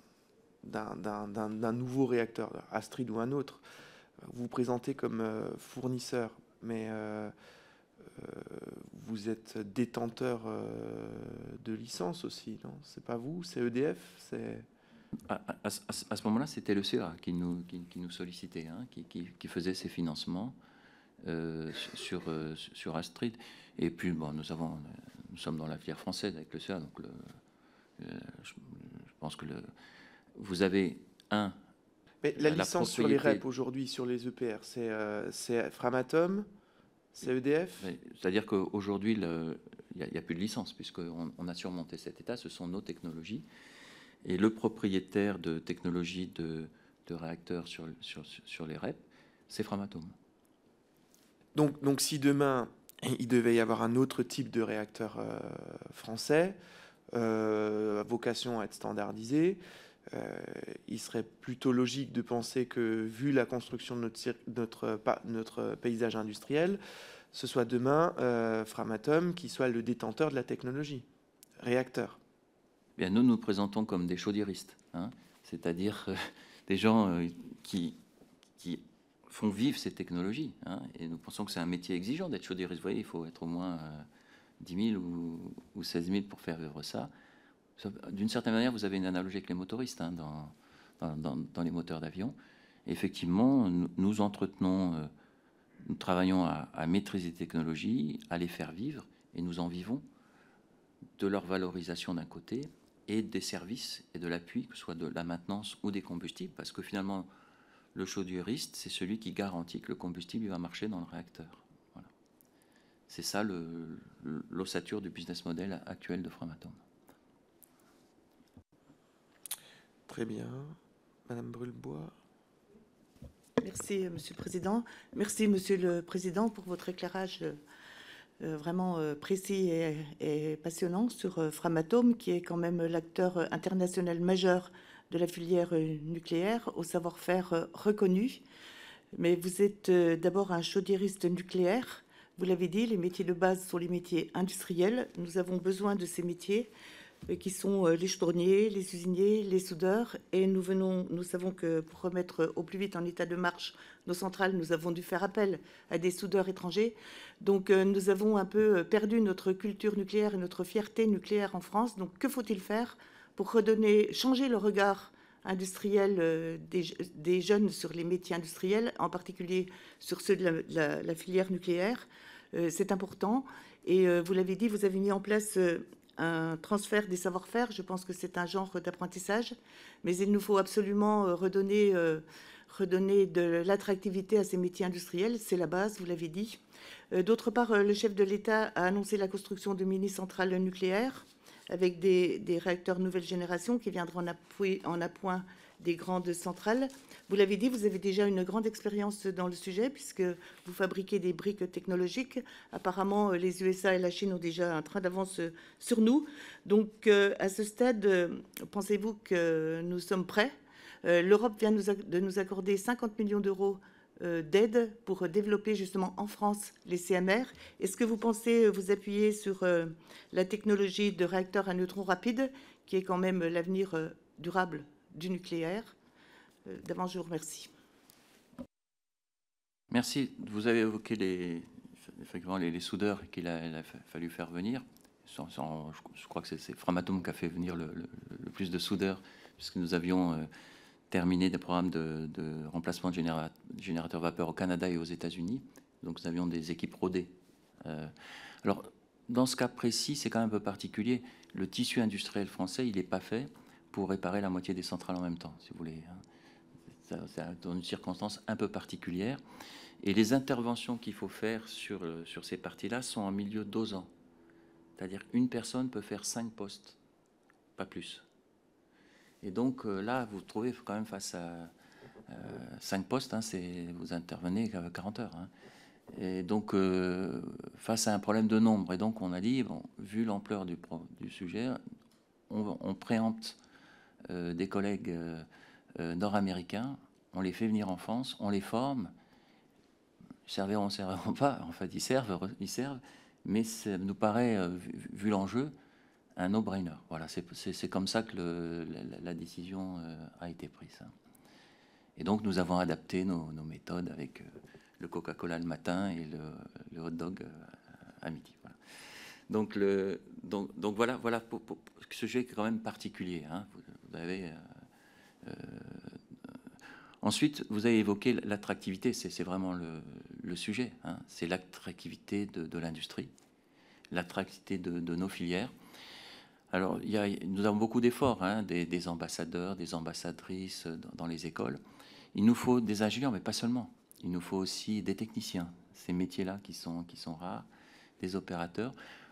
d'un nouveau réacteur, Astrid ou un autre, vous vous présentez comme euh, fournisseur, mais euh, euh, vous êtes détenteur euh, de licence aussi, non? C'est pas vous, c'est E D F, c'est... À, à, à, à ce moment-là, c'était le C E A qui nous, qui, qui nous sollicitait, hein, qui, qui, qui faisait ses financements euh, sur, euh, sur Astrid. Et puis, bon, nous, avons, nous sommes dans la filière française avec le C E A, donc le, le, je, je pense que le, vous avez un... Mais la, la licence sur les R E P aujourd'hui, sur les E P R, c'est euh, Framatome, c'est E D F? C'est-à-dire qu'aujourd'hui, il n'y a, a plus de licence, puisqu'on on a surmonté cet état, ce sont nos technologies. Et le propriétaire de technologies de, de réacteurs sur, sur, sur les R E P, c'est Framatome. Donc, donc si demain, il devait y avoir un autre type de réacteur euh, français, euh, à vocation à être standardisé, euh, il serait plutôt logique de penser que, vu la construction de notre, notre, notre paysage industriel, ce soit demain euh, Framatome qui soit le détenteur de la technologie, réacteur. Bien, nous nous présentons comme des chaudiéristes, hein, c'est-à-dire euh, des gens euh, qui, qui font vivre ces technologies. Hein, et nous pensons que c'est un métier exigeant d'être chaudiériste. Vous voyez, il faut être au moins euh, dix mille ou, ou seize mille pour faire vivre ça. D'une certaine manière, vous avez une analogie avec les motoristes hein, dans, dans, dans, dans les moteurs d'avion. Effectivement, nous, nous entretenons, euh, nous travaillons à, à maîtriser les technologies, à les faire vivre, et nous en vivons de leur valorisation d'un côté, et des services et de l'appui, que ce soit de la maintenance ou des combustibles, parce que finalement, le chaudiériste, c'est celui qui garantit que le combustible il va marcher dans le réacteur. Voilà. C'est ça l'ossature du business model actuel de Framatome. Très bien. Madame Brulebois. Merci, Monsieur le Président. Merci, Monsieur le Président, pour votre éclairage euh, vraiment euh, précis et, et passionnant sur euh, Framatome, qui est quand même l'acteur international majeur de la filière euh, nucléaire, au savoir-faire euh, reconnu. Mais vous êtes euh, d'abord un chaudiériste nucléaire. Vous l'avez dit, les métiers de base sont les métiers industriels. Nous avons besoin de ces métiers qui sont les chaudronniers, les usiniers, les soudeurs. Et nous, venons, nous savons que pour remettre au plus vite en état de marche nos centrales, nous avons dû faire appel à des soudeurs étrangers. Donc nous avons un peu perdu notre culture nucléaire et notre fierté nucléaire en France. Donc que faut-il faire pour redonner, changer le regard industriel des, des jeunes sur les métiers industriels, en particulier sur ceux de la, la, la filière nucléaire? C'est important. Et vous l'avez dit, vous avez mis en place un transfert des savoir-faire. Je pense que c'est un genre d'apprentissage, mais il nous faut absolument euh, redonner, euh, redonner de l'attractivité à ces métiers industriels. C'est la base, vous l'avez dit. Euh, D'autre part, euh, le chef de l'État a annoncé la construction de mini-centrales nucléaires avec des, des réacteurs nouvelle génération qui viendront en, appui, en appoint des grandes centrales. Vous l'avez dit, vous avez déjà une grande expérience dans le sujet puisque vous fabriquez des briques technologiques. Apparemment, les U S A et la Chine ont déjà un train d'avance sur nous. Donc, euh, à ce stade, euh, pensez-vous que nous sommes prêts? euh, L'Europe vient nous de nous accorder cinquante millions d'euros euh, d'aide pour développer justement en France les C M R. Est-ce que vous pensez vous appuyer sur euh, la technologie de réacteurs à neutrons rapides, qui est quand même l'avenir euh, durable du nucléaire? euh, D'avance, je vous remercie. Merci. Vous avez évoqué les, effectivement, les, les soudeurs qu'il a, il a fallu faire venir. Sans, sans, je crois que c'est Framatome qui a fait venir le, le, le plus de soudeurs, puisque nous avions euh, terminé des programmes de, de remplacement de généra générateurs vapeur au Canada et aux États-Unis. Donc nous avions des équipes rodées. Euh, alors, dans ce cas précis, c'est quand même un peu particulier. Le tissu industriel français, il n'est pas fait pour réparer la moitié des centrales en même temps, si vous voulez. C'est dans une circonstance un peu particulière. Et les interventions qu'il faut faire sur, sur ces parties-là sont en milieu dosant. C'est-à-dire qu'une personne peut faire cinq postes, pas plus. Et donc euh, là, vous vous trouvez quand même face à euh, cinq postes, hein, vous intervenez avec quarante heures. Hein. Et donc, euh, face à un problème de nombre, et donc on a dit, bon, vu l'ampleur du, du sujet, on, on préempte euh, des collègues euh, euh, nord-américains, on les fait venir en France, on les forme, serviront, serviront pas, en fait ils servent, ils servent, mais ça nous paraît, euh, vu, vu l'enjeu, un no-brainer. Voilà, c'est comme ça que le, la, la décision euh, a été prise. Et donc nous avons adapté nos, nos méthodes avec euh, le Coca-Cola le matin et le, le hot dog euh, à midi. Voilà. Donc, le, donc, donc voilà, voilà pour, pour, pour ce sujet est quand même particulier. Hein. Vous, vous avez, euh, euh, ensuite, vous avez évoqué l'attractivité, c'est vraiment le, le sujet. Hein. C'est l'attractivité de, de l'industrie, l'attractivité de, de nos filières. Alors, il y a, nous avons beaucoup d'efforts, hein, des, des ambassadeurs, des ambassadrices dans, dans les écoles. Il nous faut des ingénieurs, mais pas seulement. Il nous faut aussi des techniciens, ces métiers-là qui sont, qui sont rares, des opérateurs.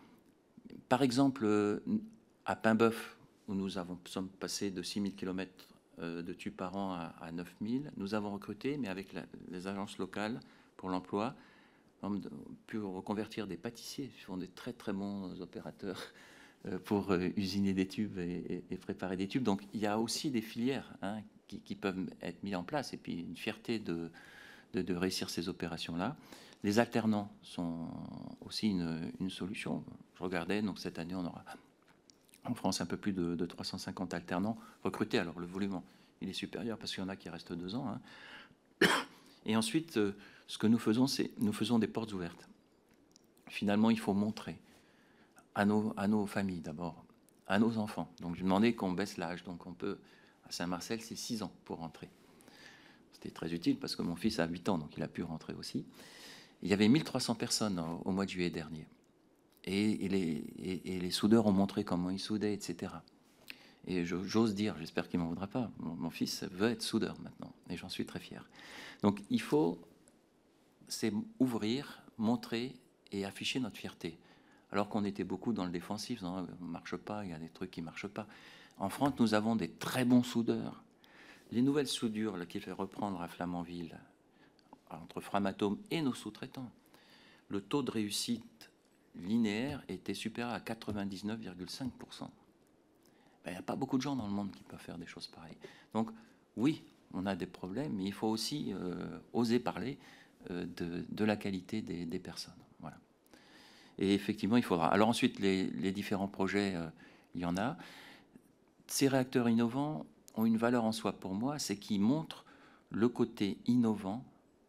Par exemple, à Paimboeuf, où nous avons, sommes passés de six mille kilomètres de tubes par an à, à neuf mille, nous avons recruté, mais avec la, les agences locales pour l'emploi, on a pu reconvertir des pâtissiers, qui sont des très très bons opérateurs pour usiner des tubes et, et préparer des tubes. Donc il y a aussi des filières hein, qui, qui peuvent être mises en place, et puis une fierté de, de, de réussir ces opérations-là. Les alternants sont aussi une, une solution. Je regardais, donc cette année, on aura en France un peu plus de, de trois cent cinquante alternants recrutés. Alors le volume, il est supérieur parce qu'il y en a qui restent deux ans. Hein. Et ensuite, ce que nous faisons, c'est nous faisons des portes ouvertes. Finalement, il faut montrer à nos, à nos familles d'abord, à nos enfants. Donc je demandais qu'on baisse l'âge. Donc on peut, à Saint-Marcel, c'est six ans pour rentrer. C'était très utile parce que mon fils a huit ans, donc il a pu rentrer aussi. Il y avait mille trois cents personnes au, au mois de juillet dernier. Et, et, les, et, et les soudeurs ont montré comment ils soudaient, et cetera. Et j'ose dire, j'espère qu'il ne m'en voudra pas, mon, mon fils veut être soudeur maintenant, et j'en suis très fier. Donc il faut, c'est ouvrir, montrer et afficher notre fierté. Alors qu'on était beaucoup dans le défensif, non, on ne marche pas, il y a des trucs qui ne marchent pas. En France, nous avons des très bons soudeurs. Les nouvelles soudures qu'il fait reprendre à Flamanville, entre Framatome et nos sous-traitants, le taux de réussite linéaire était supérieur à quatre-vingt-dix-neuf virgule cinq pour cent. Ben, il n'y a pas beaucoup de gens dans le monde qui peuvent faire des choses pareilles. Donc oui, on a des problèmes, mais il faut aussi euh, oser parler euh, de, de la qualité des, des personnes. Voilà. Et effectivement, il faudra. Alors ensuite, les, les différents projets, euh, il y en a. Ces réacteurs innovants ont une valeur en soi pour moi, c'est qu'ils montrent le côté innovant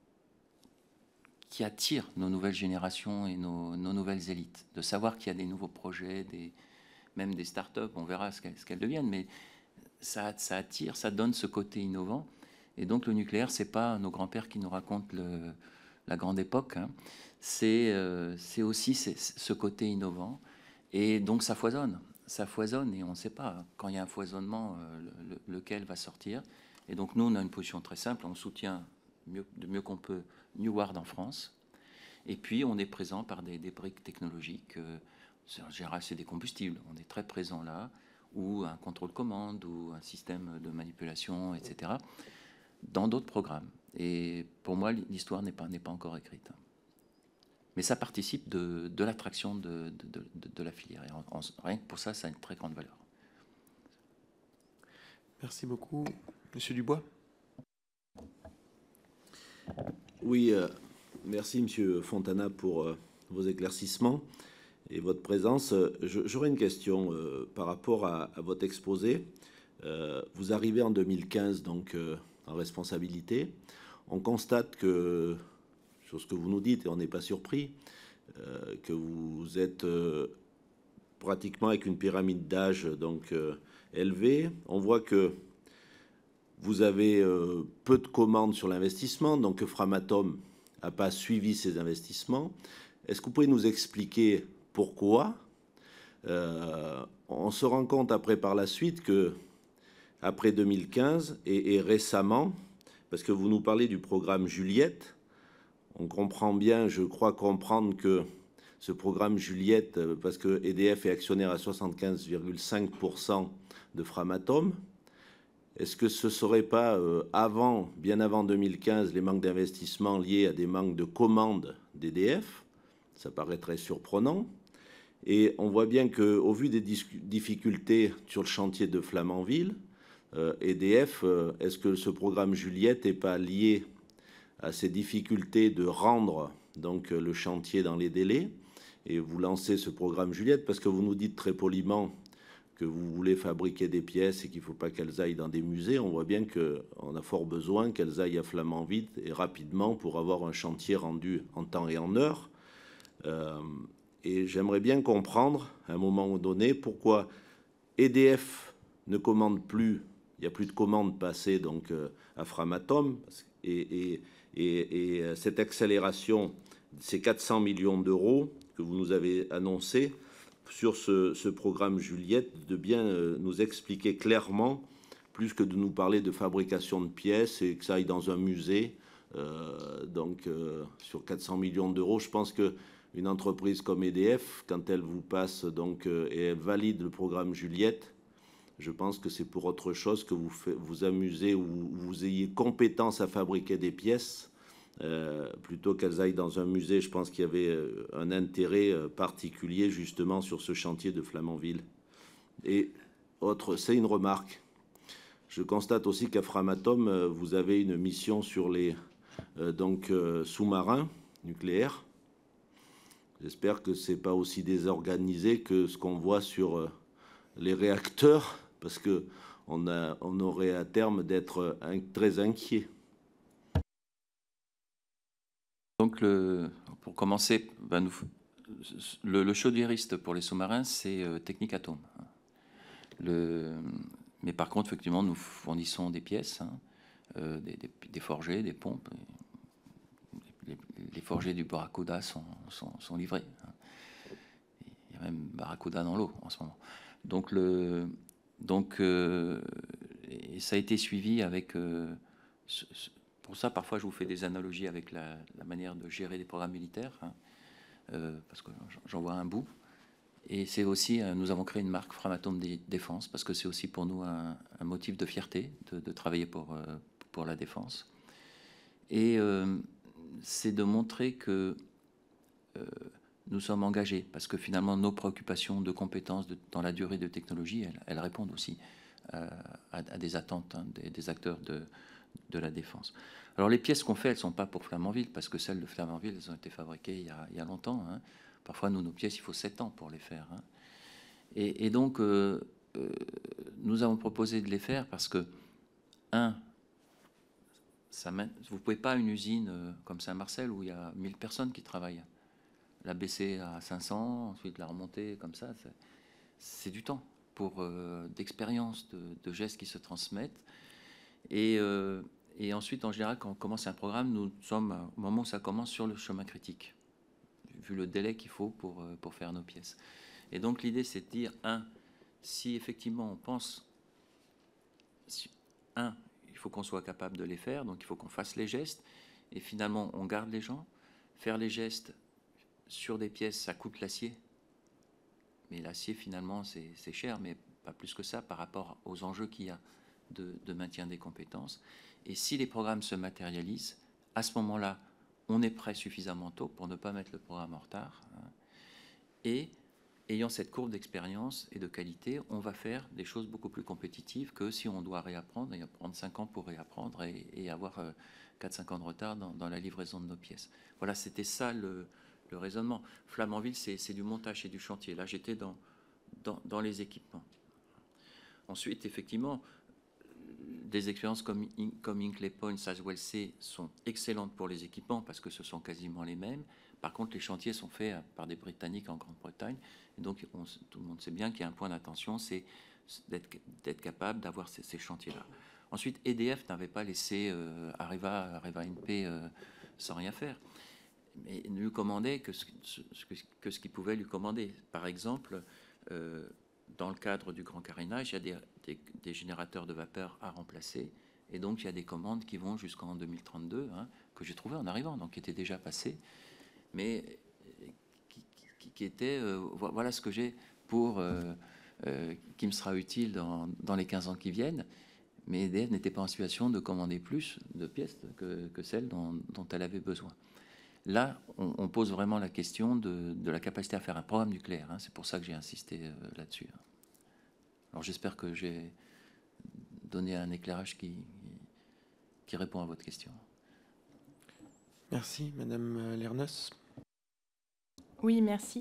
qui attire nos nouvelles générations et nos, nos nouvelles élites. De savoir qu'il y a des nouveaux projets, des, même des start-up, on verra ce qu'elles, ce qu'elles deviennent, mais ça, ça attire, ça donne ce côté innovant. Et donc le nucléaire, c'est pas nos grands-pères qui nous racontent le, la grande époque, hein. C'est euh, aussi c'est, ce côté innovant. Et donc ça foisonne, ça foisonne et on ne sait pas quand il y a un foisonnement euh, le, le, lequel va sortir. Et donc nous, on a une position très simple, on soutient mieux, de mieux qu'on peut Neward en France. Et puis on est présent par des, des briques technologiques, euh, en général c'est des combustibles, on est très présent là, ou un contrôle commande, ou un système de manipulation, et cetera, dans d'autres programmes. Et pour moi, l'histoire n'est pas, n'est pas encore écrite. Mais ça participe de, de l'attraction de, de, de, de la filière. Et en, en, rien que pour ça, ça a une très grande valeur. Merci beaucoup. Monsieur Dubois. Oui, euh, merci Monsieur Fontana pour euh, vos éclaircissements et votre présence. J'aurais une question euh, par rapport à, à votre exposé. Euh, vous arrivez en deux mille quinze, donc euh, en responsabilité. On constate que, sur ce que vous nous dites, et on n'est pas surpris, euh, que vous êtes euh, pratiquement avec une pyramide d'âge donc euh, élevée. On voit que vous avez euh, peu de commandes sur l'investissement, donc que Framatome n'a pas suivi ces investissements. Est-ce que vous pouvez nous expliquer pourquoi? euh, On se rend compte après par la suite que, après deux mille quinze et, et récemment, parce que vous nous parlez du programme Juliette, on comprend bien, je crois comprendre que ce programme Juliette, parce que E D F est actionnaire à soixante-quinze virgule cinq pour cent de Framatome, est-ce que ce ne serait pas euh, avant, bien avant deux mille quinze, les manques d'investissement liés à des manques de commandes d'E D F? Ça paraîtrait surprenant. Et on voit bien qu'au vu des difficultés sur le chantier de Flamanville, euh, E D F, euh, est-ce que ce programme Juliette n'est pas lié à ces difficultés de rendre donc, le chantier dans les délais? Et vous lancez ce programme Juliette parce que vous nous dites très poliment que vous voulez fabriquer des pièces et qu'il ne faut pas qu'elles aillent dans des musées. On voit bien qu'on a fort besoin qu'elles aillent à Flamanville et rapidement pour avoir un chantier rendu en temps et en heure. Euh, et j'aimerais bien comprendre, à un moment donné, pourquoi E D F ne commande plus, il n'y a plus de commandes passées donc, euh, à Framatome, et, et, et, et cette accélération, ces quatre cents millions d'euros que vous nous avez annoncés, sur ce, ce programme Juliette, de bien euh, nous expliquer clairement, plus que de nous parler de fabrication de pièces et que ça aille dans un musée. Euh, donc, euh, sur quatre cents millions d'euros, je pense qu'une entreprise comme E D F, quand elle vous passe donc, euh, et elle valide le programme Juliette, je pense que c'est pour autre chose que vous fait, vous amusez ou vous ayez compétence à fabriquer des pièces. Euh, plutôt qu'elles aillent dans un musée. Je pense qu'il y avait euh, un intérêt euh, particulier justement sur ce chantier de Flamanville. Et autre, c'est une remarque. Je constate aussi qu'à Framatome, euh, vous avez une mission sur les euh, donc euh, sous-marins nucléaires. J'espère que c'est pas aussi désorganisé que ce qu'on voit sur euh, les réacteurs, parce que on, a, on aurait à terme d'être euh, très inquiet. Donc, le, pour commencer, ben nous, le, le chaudiériste pour les sous-marins, c'est euh, Technic Atome. Le, mais par contre, effectivement, nous fournissons des pièces, hein, euh, des, des, des forgés, des pompes. Les, les forgés du Barracuda sont, sont, sont livrés. Hein. Il y a même Barracuda dans l'eau en ce moment. Donc, le, donc euh, et ça a été suivi avec... Euh, ce, ce, Pour ça, parfois, je vous fais des analogies avec la, la manière de gérer des programmes militaires, hein, euh, parce que j'en vois un bout. Et c'est aussi, euh, nous avons créé une marque Framatome Défense, parce que c'est aussi pour nous un, un motif de fierté de, de travailler pour, euh, pour la défense. Et euh, c'est de montrer que euh, nous sommes engagés, parce que finalement, nos préoccupations de compétences de, dans la durée de technologie, elles, elles répondent aussi euh, à, à des attentes hein, des, des acteurs de de la défense. Alors les pièces qu'on fait, elles ne sont pas pour Flamanville, parce que celles de Flamanville, elles ont été fabriquées il y a, il y a longtemps. Hein. Parfois, nous, nos pièces, il faut sept ans pour les faire. Hein. Et, et donc, euh, euh, nous avons proposé de les faire parce que, un, ça mène, vous ne pouvez pas une usine euh, comme Saint-Marcel où il y a mille personnes qui travaillent. La baisser à cinq cents, ensuite la remonter comme ça, c'est du temps pour euh, d'expérience, de, de gestes qui se transmettent. Et, euh, et ensuite, en général, quand on commence un programme, nous sommes au moment où ça commence sur le chemin critique, vu le délai qu'il faut pour, pour faire nos pièces. Et donc l'idée, c'est de dire, un, si effectivement on pense, si, un, il faut qu'on soit capable de les faire, donc il faut qu'on fasse les gestes, et finalement on garde les gens. Faire les gestes sur des pièces, ça coûte l'acier, mais l'acier finalement c'est cher, mais pas plus que ça par rapport aux enjeux qu'il y a de, de maintien des compétences. Et si les programmes se matérialisent, à ce moment-là, on est prêt suffisamment tôt pour ne pas mettre le programme en retard. Et ayant cette courbe d'expérience et de qualité, on va faire des choses beaucoup plus compétitives que si on doit réapprendre, et prendre cinq ans pour réapprendre et, et avoir quatre cinq ans de retard dans, dans la livraison de nos pièces. Voilà, c'était ça le, le raisonnement. Flamanville, c'est du montage, c'est du chantier. Là, j'étais dans, dans, dans les équipements. Ensuite, effectivement, des expériences comme, comme Hinkley Point, Saswell C sont excellentes pour les équipements parce que ce sont quasiment les mêmes. Par contre, les chantiers sont faits par des Britanniques en Grande-Bretagne. Et donc, on, tout le monde sait bien qu'il y a un point d'attention, c'est d'être capable d'avoir ces, ces chantiers-là. Ensuite, E D F n'avait pas laissé euh, Areva, Areva N P euh, sans rien faire. Mais il ne lui commandait que ce, ce, que ce qu'il pouvait lui commander. Par exemple, euh, dans le cadre du grand carénage, il y a des, des, des générateurs de vapeur à remplacer. Et donc, il y a des commandes qui vont jusqu'en deux mille trente-deux, hein, que j'ai trouvées en arrivant, donc qui étaient déjà passées, mais qui, qui, qui étaient... Euh, voilà ce que j'ai pour... Euh, euh, qui me sera utile dans, dans les quinze ans qui viennent. Mais E D F n'était pas en situation de commander plus de pièces que, que celles dont, dont elle avait besoin. Là, on, on pose vraiment la question de, de la capacité à faire un programme nucléaire. Hein. C'est pour ça que j'ai insisté euh, là-dessus. Alors j'espère que j'ai donné un éclairage qui, qui répond à votre question. Merci. Madame Lernos. Oui, merci.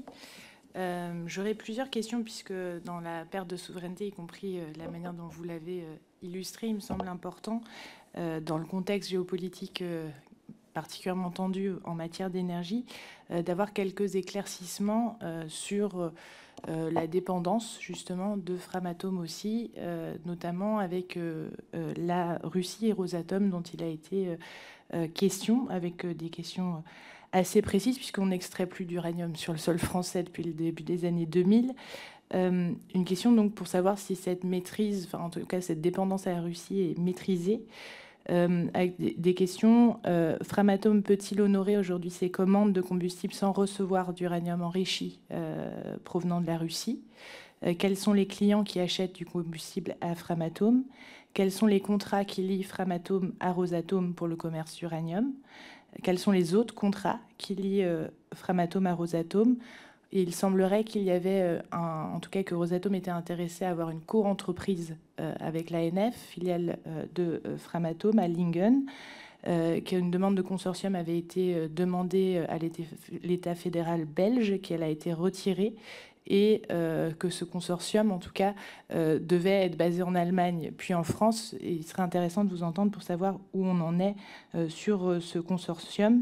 Euh, J'aurais plusieurs questions puisque dans la perte de souveraineté, y compris euh, la manière dont vous l'avez euh, illustré, il me semble important, euh, dans le contexte géopolitique euh, particulièrement tendu en matière d'énergie, euh, d'avoir quelques éclaircissements euh, sur euh, la dépendance justement de Framatome aussi, euh, notamment avec euh, euh, la Russie et Rosatom dont il a été euh, euh, question, avec euh, des questions... Euh, assez précise, puisqu'on n'extrait plus d'uranium sur le sol français depuis le début des années deux mille. Euh, une question donc pour savoir si cette maîtrise, enfin en tout cas cette dépendance à la Russie est maîtrisée, euh, avec des, des questions. Euh, Framatome peut-il honorer aujourd'hui ses commandes de combustible sans recevoir d'uranium enrichi euh, provenant de la Russie? euh, Quels sont les clients qui achètent du combustible à Framatome? Quels sont les contrats qui lient Framatome à Rosatom pour le commerce d'uranium? Quels sont les autres contrats qui lient euh, Framatome à Rosatom? Et il semblerait qu'il y avait, euh, un, en tout cas que Rosatom était intéressé à avoir une co-entreprise euh, avec l'A N F, filiale euh, de euh, Framatome à Lingen, euh, qu'une demande de consortium avait été euh, demandée à l'État fédéral belge, qu'elle a été retirée, et euh, que ce consortium, en tout cas, euh, devait être basé en Allemagne, puis en France. Et il serait intéressant de vous entendre pour savoir où on en est euh, sur euh, ce consortium.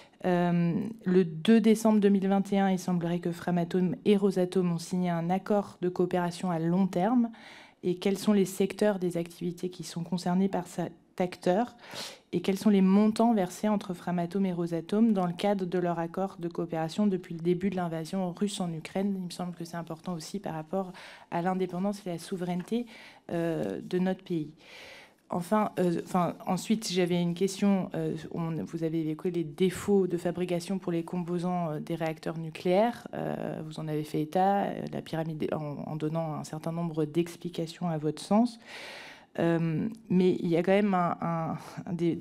Euh, le deux décembre deux mille vingt et un, il semblerait que Framatome et Rosatom ont signé un accord de coopération à long terme. Et quels sont les secteurs des activités qui sont concernés par cet acteur? Et quels sont les montants versés entre Framatome et Rosatom dans le cadre de leur accord de coopération depuis le début de l'invasion russe en Ukraine? Il me semble que c'est important aussi par rapport à l'indépendance et à la souveraineté euh, de notre pays. Enfin, euh, enfin ensuite, j'avais une question. Euh, on, vous avez évoqué les défauts de fabrication pour les composants euh, des réacteurs nucléaires. Euh, vous en avez fait état, euh, la pyramide, en, en donnant un certain nombre d'explications à votre sens. Euh, mais il y a quand même un, un, un des...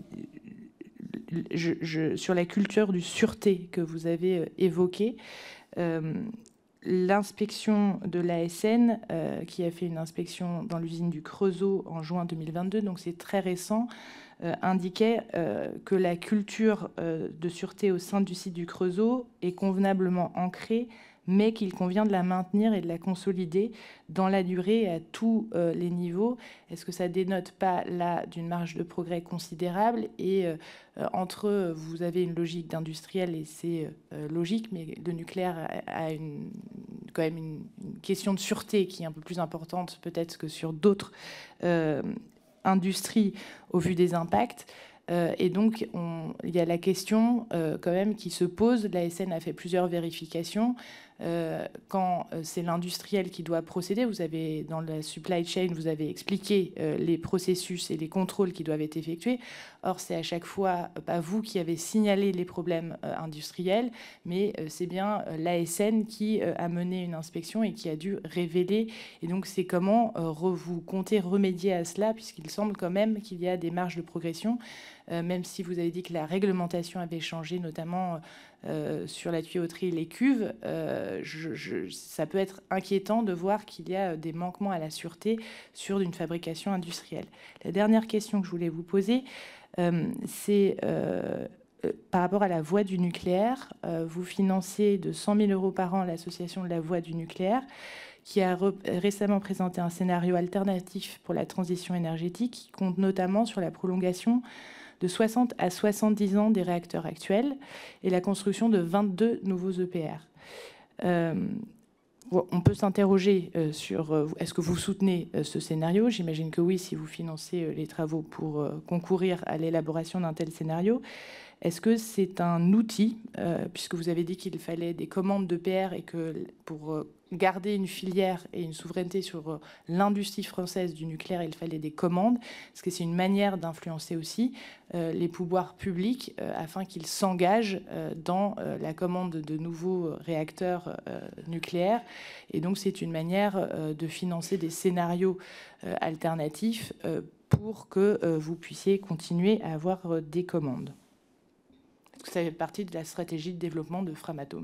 Je, je, sur la culture du sûreté que vous avez évoquée, euh, l'inspection de l'A S N, euh, qui a fait une inspection dans l'usine du Creusot en juin deux mille vingt-deux, donc c'est très récent, euh, indiquait euh, que la culture euh, de sûreté au sein du site du Creusot est convenablement ancrée, mais qu'il convient de la maintenir et de la consolider dans la durée à tous euh, les niveaux. Est-ce que ça dénote pas là d'une marge de progrès considérable? Et euh, entre, vous avez une logique d'industriel et c'est euh, logique, mais le nucléaire a une, quand même une, une question de sûreté qui est un peu plus importante peut-être que sur d'autres euh, industries au vu des impacts. Euh, et donc, on, il y a la question euh, quand même qui se pose. L'A S N a fait plusieurs vérifications. Euh, quand euh, c'est l'industriel qui doit procéder, vous avez, dans la supply chain, vous avez expliqué euh, les processus et les contrôles qui doivent être effectués. Or, c'est à chaque fois euh, pas vous qui avez signalé les problèmes euh, industriels, mais euh, c'est bien euh, l'A S N qui euh, a mené une inspection et qui a dû révéler. Et donc, c'est comment euh, re, vous comptez remédier à cela, puisqu'il semble quand même qu'il y a des marges de progression, euh, même si vous avez dit que la réglementation avait changé, notamment euh, sur la tuyauterie et les cuves. Euh, je, je, ça peut être inquiétant de voir qu'il y a des manquements à la sûreté sur une fabrication industrielle. La dernière question que je voulais vous poser, euh, c'est euh, euh, par rapport à la voie du nucléaire. Euh, vous financez de cent mille euros par an l'association de la voie du nucléaire, qui a récemment présenté un scénario alternatif pour la transition énergétique, qui compte notamment sur la prolongation de soixante à soixante-dix ans des réacteurs actuels et la construction de vingt-deux nouveaux E P R. Euh, on peut s'interroger euh, sur euh, est-ce que vous soutenez euh, ce scénario. J'imagine que oui, si vous financez euh, les travaux pour euh, concourir à l'élaboration d'un tel scénario. Est-ce que c'est un outil, euh, puisque vous avez dit qu'il fallait des commandes d'E P R et que pour euh, garder une filière et une souveraineté sur euh, l'industrie française du nucléaire, il fallait des commandes? Est-ce que c'est une manière d'influencer aussi euh, les pouvoirs publics euh, afin qu'ils s'engagent euh, dans euh, la commande de nouveaux réacteurs euh, nucléaires? Et donc c'est une manière euh, de financer des scénarios euh, alternatifs euh, pour que euh, vous puissiez continuer à avoir euh, des commandes. Ça fait partie de la stratégie de développement de Framatome.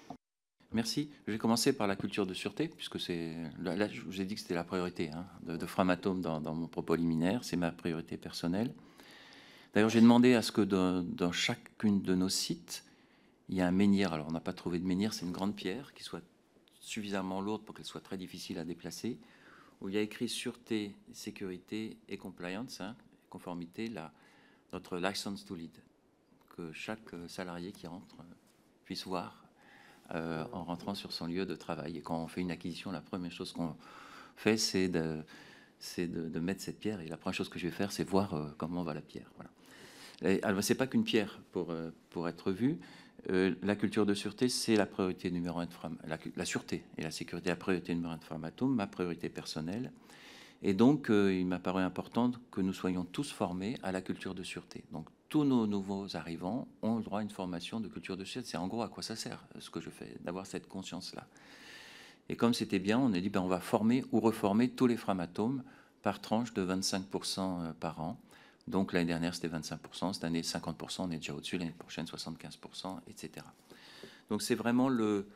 Merci. Je vais commencer par la culture de sûreté, puisque c'est là, je vous ai dit que c'était la priorité hein, de, de Framatome dans, dans mon propos liminaire. C'est ma priorité personnelle. D'ailleurs, j'ai demandé à ce que dans, dans chacune de nos sites, il y ait un menhir. Alors, on n'a pas trouvé de menhir. C'est une grande pierre qui soit suffisamment lourde pour qu'elle soit très difficile à déplacer, où il y a écrit sûreté, sécurité et compliance, hein, conformité, la, notre license to lead, que chaque salarié qui rentre puisse voir euh, en rentrant sur son lieu de travail. Et quand on fait une acquisition, la première chose qu'on fait, c'est de, c'est de, de mettre cette pierre. Et la première chose que je vais faire, c'est voir euh, comment va la pierre. Voilà. Et, alors, c'est pas qu'une pierre pour, euh, pour être vue. Euh, la culture de sûreté, c'est la priorité numéro un de Framatome. La, la sûreté et la sécurité, la priorité numéro un de Framatome, ma priorité personnelle. Et donc, euh, il m'a paru important que nous soyons tous formés à la culture de sûreté. Donc, tous nos nouveaux arrivants ont le droit à une formation de culture de sûreté. C'est en gros à quoi ça sert, ce que je fais, d'avoir cette conscience-là. Et comme c'était bien, on a dit, ben, on va former ou reformer tous les Framatomes par tranche de vingt-cinq pour cent par an. Donc, l'année dernière, c'était vingt-cinq pour cent. Cette année, cinquante pour cent. On est déjà au-dessus. L'année prochaine, soixante-quinze pour cent, et cetera. Donc, c'est vraiment le...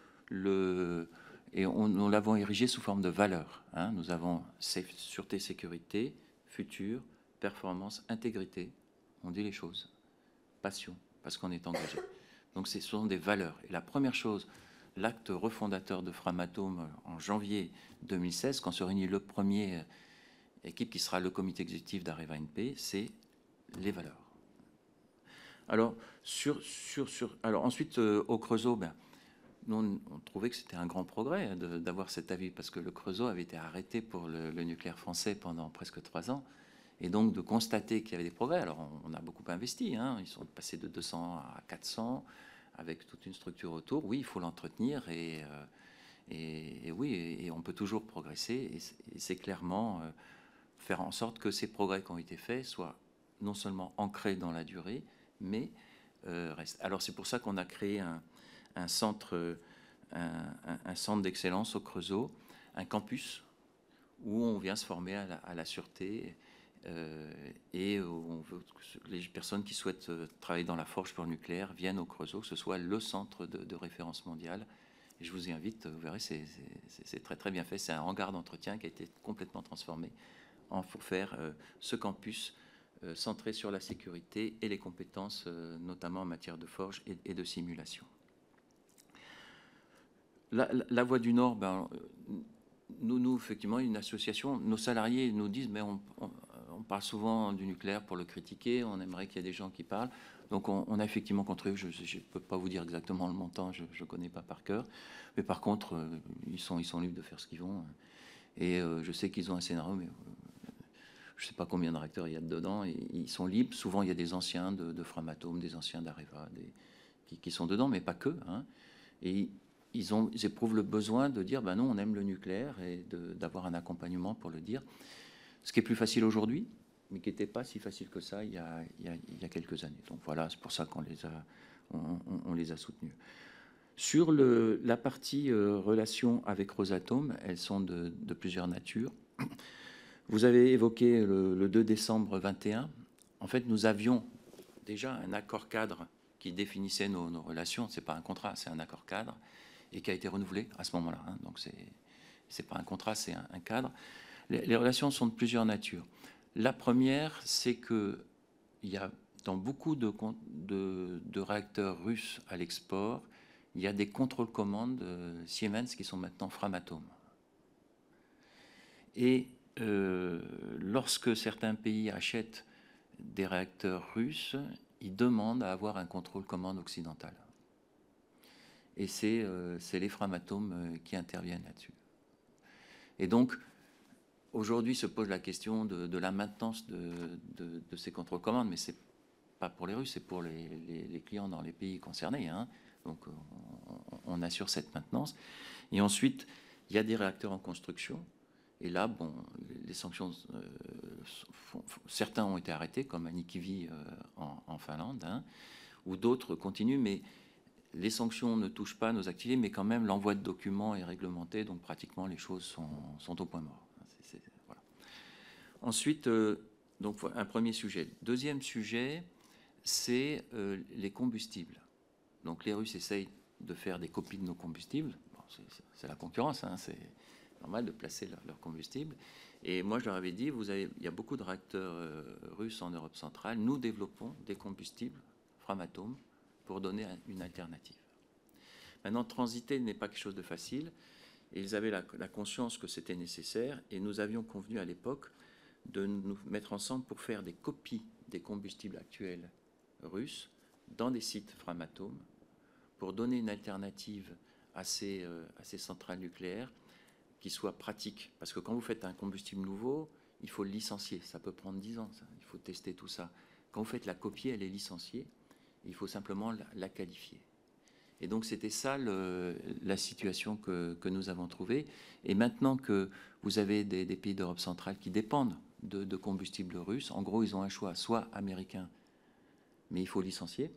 le et on, nous l'avons érigé sous forme de valeurs. Hein. Nous avons safe, sûreté, sécurité, futur, performance, intégrité. On dit les choses. Passion, parce qu'on est engagé. Donc, ce sont des valeurs. Et la première chose, l'acte refondateur de Framatome en janvier deux mille seize, quand se réunit le premier équipe qui sera le comité exécutif d'Areva N P, c'est les valeurs. Alors, sur, sur, sur, alors ensuite, euh, au Creusot, ben, nous, on trouvait que c'était un grand progrès d'avoir cet avis, parce que le Creusot avait été arrêté pour le, le nucléaire français pendant presque trois ans. Et donc, de constater qu'il y avait des progrès. Alors, on, on a beaucoup investi. Hein, ils sont passés de deux cents à quatre cents, avec toute une structure autour. Oui, il faut l'entretenir. Et, euh, et, et oui, et, et on peut toujours progresser. Et c'est clairement euh, faire en sorte que ces progrès qui ont été faits soient non seulement ancrés dans la durée, mais euh, restent. Alors, c'est pour ça qu'on a créé un, un centre, un, un, un centre d'excellence au Creusot, un campus où on vient se former à la, à la sûreté. Euh, et on veut que les personnes qui souhaitent travailler dans la forge pour le nucléaire viennent au Creusot, que ce soit le centre de, de référence mondiale. Et je vous y invite, vous verrez, c'est très très bien fait. C'est un hangar d'entretien qui a été complètement transformé en, pour faire euh, ce campus euh, centré sur la sécurité et les compétences, euh, notamment en matière de forge et, et de simulation. La, la, la Voie du Nord, ben, nous, nous, effectivement, une association, nos salariés nous disent, mais on, on On parle souvent du nucléaire pour le critiquer, on aimerait qu'il y ait des gens qui parlent. Donc on, on a effectivement contribué, je ne peux pas vous dire exactement le montant, je ne connais pas par cœur. Mais par contre, euh, ils, sont, ils sont libres de faire ce qu'ils vont. Et euh, je sais qu'ils ont un scénario, mais euh, je ne sais pas combien de réacteurs il y a dedans. Et ils sont libres. Souvent, il y a des anciens de, de Framatome, des anciens d'Areva qui, qui sont dedans, mais pas que. Hein. Et ils, ont, ils éprouvent le besoin de dire ben non, on aime le nucléaire et d'avoir un accompagnement pour le dire. Ce qui est plus facile aujourd'hui, mais qui n'était pas si facile que ça il y a, il y a, il y a quelques années. Donc voilà, c'est pour ça qu'on les a, on, on, on les a soutenus. Sur le, la partie euh, relation avec Rosatom, elles sont de, de plusieurs natures. Vous avez évoqué le, le deux décembre vingt et un. En fait, nous avions déjà un accord cadre qui définissait nos, nos relations. Ce n'est pas un contrat, c'est un accord cadre et qui a été renouvelé à ce moment-là. Hein. Donc, ce n'est pas un contrat, c'est un, un cadre. Les, les relations sont de plusieurs natures. La première, c'est qu'il y a dans beaucoup de, de, de réacteurs russes à l'export, il y a des contrôles commandes euh, Siemens qui sont maintenant Framatome. Et euh, lorsque certains pays achètent des réacteurs russes, ils demandent à avoir un contrôle commande occidental. Et c'est euh, les Framatome euh, qui interviennent là-dessus. Et donc, aujourd'hui se pose la question de, de la maintenance de, de, de ces contrôles commandes, mais c'est pas pour les Russes, c'est pour les, les, les clients dans les pays concernés. Hein. Donc, on, on assure cette maintenance. Et ensuite, il y a des réacteurs en construction. Et là, bon, les sanctions, euh, font, certains ont été arrêtés, comme Anikivi euh, en, en Finlande, hein, ou d'autres continuent, mais les sanctions ne touchent pas nos activités, mais quand même, l'envoi de documents est réglementé, donc pratiquement les choses sont, sont au point mort. C'est, c'est, voilà. Ensuite, euh, donc, un premier sujet. Deuxième sujet, c'est euh, les combustibles. Donc, les Russes essayent de faire des copies de nos combustibles. Bon, c'est la concurrence, hein, c'est normal de placer leur, leur combustible. Et moi, je leur avais dit, vous avez, il y a beaucoup de réacteurs euh, russes en Europe centrale. Nous développons des combustibles Framatome pour donner une alternative. Maintenant, transiter n'est pas quelque chose de facile. Et ils avaient la, la conscience que c'était nécessaire. Et nous avions convenu à l'époque de nous mettre ensemble pour faire des copies des combustibles actuels russes dans des sites Framatome pour donner une alternative à ces, euh, à ces centrales nucléaires qui soit pratique. Parce que quand vous faites un combustible nouveau, il faut le licencier. Ça peut prendre dix ans, ça. Il faut tester tout ça. Quand vous faites la copie, elle est licenciée. Il faut simplement la, la qualifier. Et donc, c'était ça le, la situation que, que nous avons trouvée. Et maintenant que vous avez des, des pays d'Europe centrale qui dépendent de, de combustibles russes, en gros, ils ont un choix, soit américain, mais il faut licencier,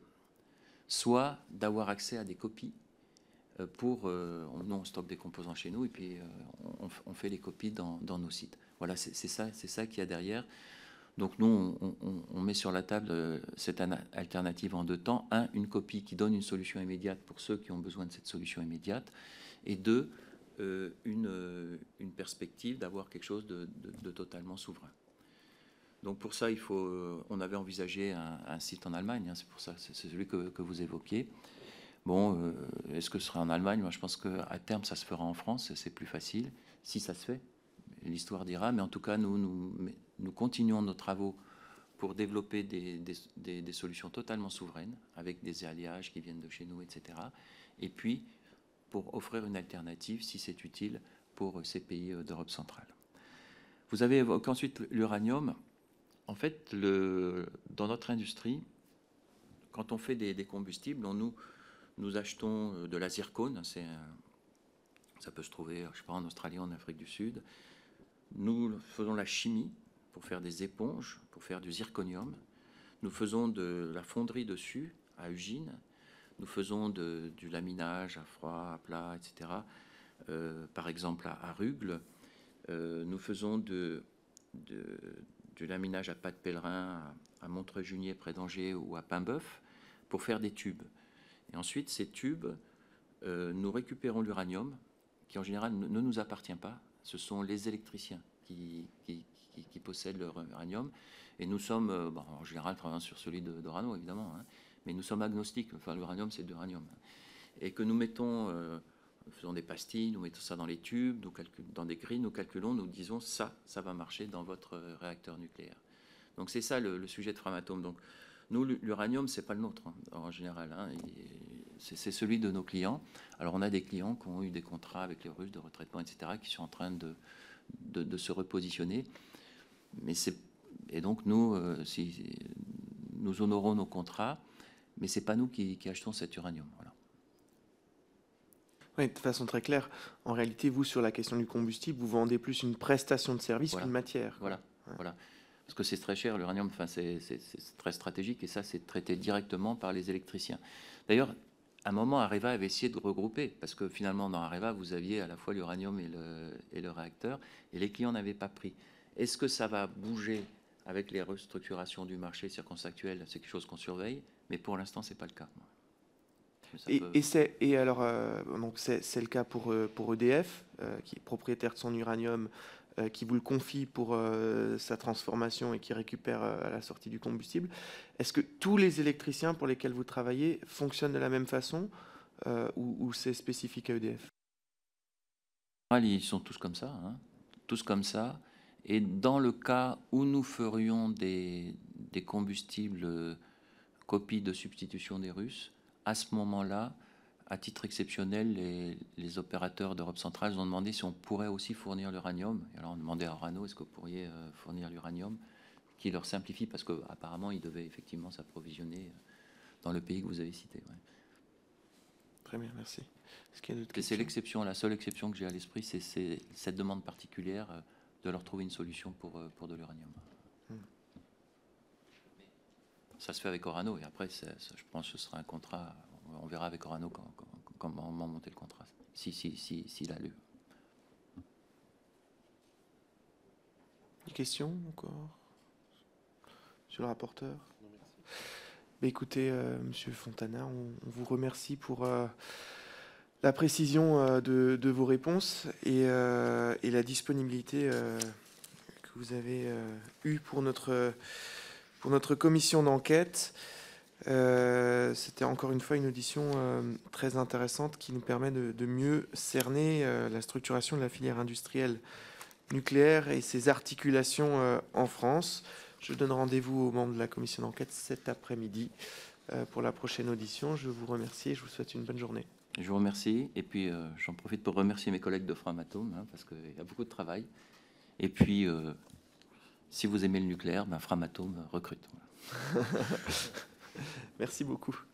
soit d'avoir accès à des copies pour, euh, nous on stocke des composants chez nous et puis euh, on, on fait les copies dans, dans nos sites. Voilà, c'est ça, c'est ça qu'il y a derrière. Donc nous, on, on, on met sur la table euh, cette alternative en deux temps. Un, une copie qui donne une solution immédiate pour ceux qui ont besoin de cette solution immédiate. Et deux, euh, une, euh, une perspective d'avoir quelque chose de, de, de totalement souverain. Donc pour ça, il faut, euh, on avait envisagé un, un site en Allemagne, hein, c'est pour ça, c'est celui que, que vous évoquiez. Bon, euh, est-ce que ce sera en Allemagne? Moi, je pense qu'à terme, ça se fera en France, c'est plus facile, si ça se fait. L'histoire dira, mais en tout cas, nous, nous, nous continuons nos travaux pour développer des, des, des, des solutions totalement souveraines, avec des alliages qui viennent de chez nous, et cetera. Et puis, pour offrir une alternative, si c'est utile, pour ces pays d'Europe centrale. Vous avez évoqué ensuite l'uranium. En fait, le, dans notre industrie, quand on fait des, des combustibles, on nous... Nous achetons de la zircone, c'est ça peut se trouver, je sais pas, en Australie, en Afrique du Sud. Nous faisons la chimie pour faire des éponges, pour faire du zirconium. Nous faisons de la fonderie dessus, à Ugine. Nous faisons de, du laminage à froid, à plat, et cetera. Euh, par exemple, à, à Rugles. Euh, nous faisons de, de, du laminage à pâte pèlerin à, à Montreuil-Junier, près d'Angers, ou à Paimboeuf, pour faire des tubes. Et ensuite, ces tubes, euh, nous récupérons l'uranium, qui en général ne, ne nous appartient pas. Ce sont les électriciens qui, qui, qui, qui possèdent leur uranium. Et nous sommes, euh, bon, en général, travaillant sur celui d'Orano, évidemment, hein, mais nous sommes agnostiques. Enfin, l'uranium, c'est de l'uranium. Et que nous mettons, euh, nous faisons des pastilles, nous mettons ça dans les tubes, nous dans des grilles, nous calculons, nous disons ça, ça va marcher dans votre réacteur nucléaire. Donc, c'est ça le, le sujet de Framatome. Donc, nous, l'uranium, ce n'est pas le nôtre, hein, en général. Hein, c'est celui de nos clients. Alors, on a des clients qui ont eu des contrats avec les Russes de retraitement, et cetera, qui sont en train de, de, de se repositionner. Mais et donc, nous, euh, si, nous honorons nos contrats, mais ce n'est pas nous qui, qui achetons cet uranium. Voilà. Oui, de façon très claire, en réalité, vous, sur la question du combustible, vous vendez plus une prestation de service Voilà. qu'une matière. Voilà, Ouais. voilà. Parce que c'est très cher, l'uranium, enfin, c'est très stratégique, et ça, c'est traité directement par les électriciens. D'ailleurs, à un moment, Areva avait essayé de regrouper, parce que finalement, dans Areva, vous aviez à la fois l'uranium et le, et le réacteur, et les clients n'avaient pas pris. Est-ce que ça va bouger avec les restructurations du marché circonstanciel? C'est quelque chose qu'on surveille, mais pour l'instant, c'est pas le cas. Et, peut... et, c'est, et alors, euh, donc c'est, c'est le cas pour, pour E D F, euh, qui est propriétaire de son uranium, euh, qui vous le confie pour euh, sa transformation et qui récupère euh, à la sortie du combustible. Est-ce que tous les électriciens pour lesquels vous travaillez fonctionnent de la même façon euh, ou, ou c'est spécifique à E D F? Ils sont tous comme ça, hein, tous comme ça. Et dans le cas où nous ferions des, des combustibles euh, copies de substitution des Russes, à ce moment-là, à titre exceptionnel, les, les opérateurs d'Europe centrale ont demandé si on pourrait aussi fournir l'uranium. Et alors on demandait à Orano, est-ce que vous pourriez euh, fournir l'uranium, qui leur simplifie, parce qu'apparemment, ils devaient effectivement s'approvisionner dans le pays que vous avez cité. Ouais. Très bien, merci. C'est l'exception, la seule exception que j'ai à l'esprit, c'est cette demande particulière euh, de leur trouver une solution pour, euh, pour de l'uranium. Hmm. Ça se fait avec Orano, et après, ça, je pense que ce sera un contrat. On verra avec Orano comment, comment, comment monter le contrat, si, si, si, s'il a lieu. Des questions encore sur le rapporteur? Bah, écoutez, euh, Monsieur Fontana, on, on vous remercie pour euh, la précision euh, de, de vos réponses et, euh, et la disponibilité euh, que vous avez euh, eue pour notre, pour notre commission d'enquête. Euh, C'était encore une fois une audition euh, très intéressante qui nous permet de, de mieux cerner euh, la structuration de la filière industrielle nucléaire et ses articulations euh, en France. Je donne rendez-vous aux membres de la commission d'enquête cet après-midi euh, pour la prochaine audition. Je vous remercie et je vous souhaite une bonne journée. Je vous remercie et puis euh, j'en profite pour remercier mes collègues de Framatome hein, parce qu'il y a beaucoup de travail. Et puis, euh, si vous aimez le nucléaire, ben, Framatome recrute. Merci beaucoup.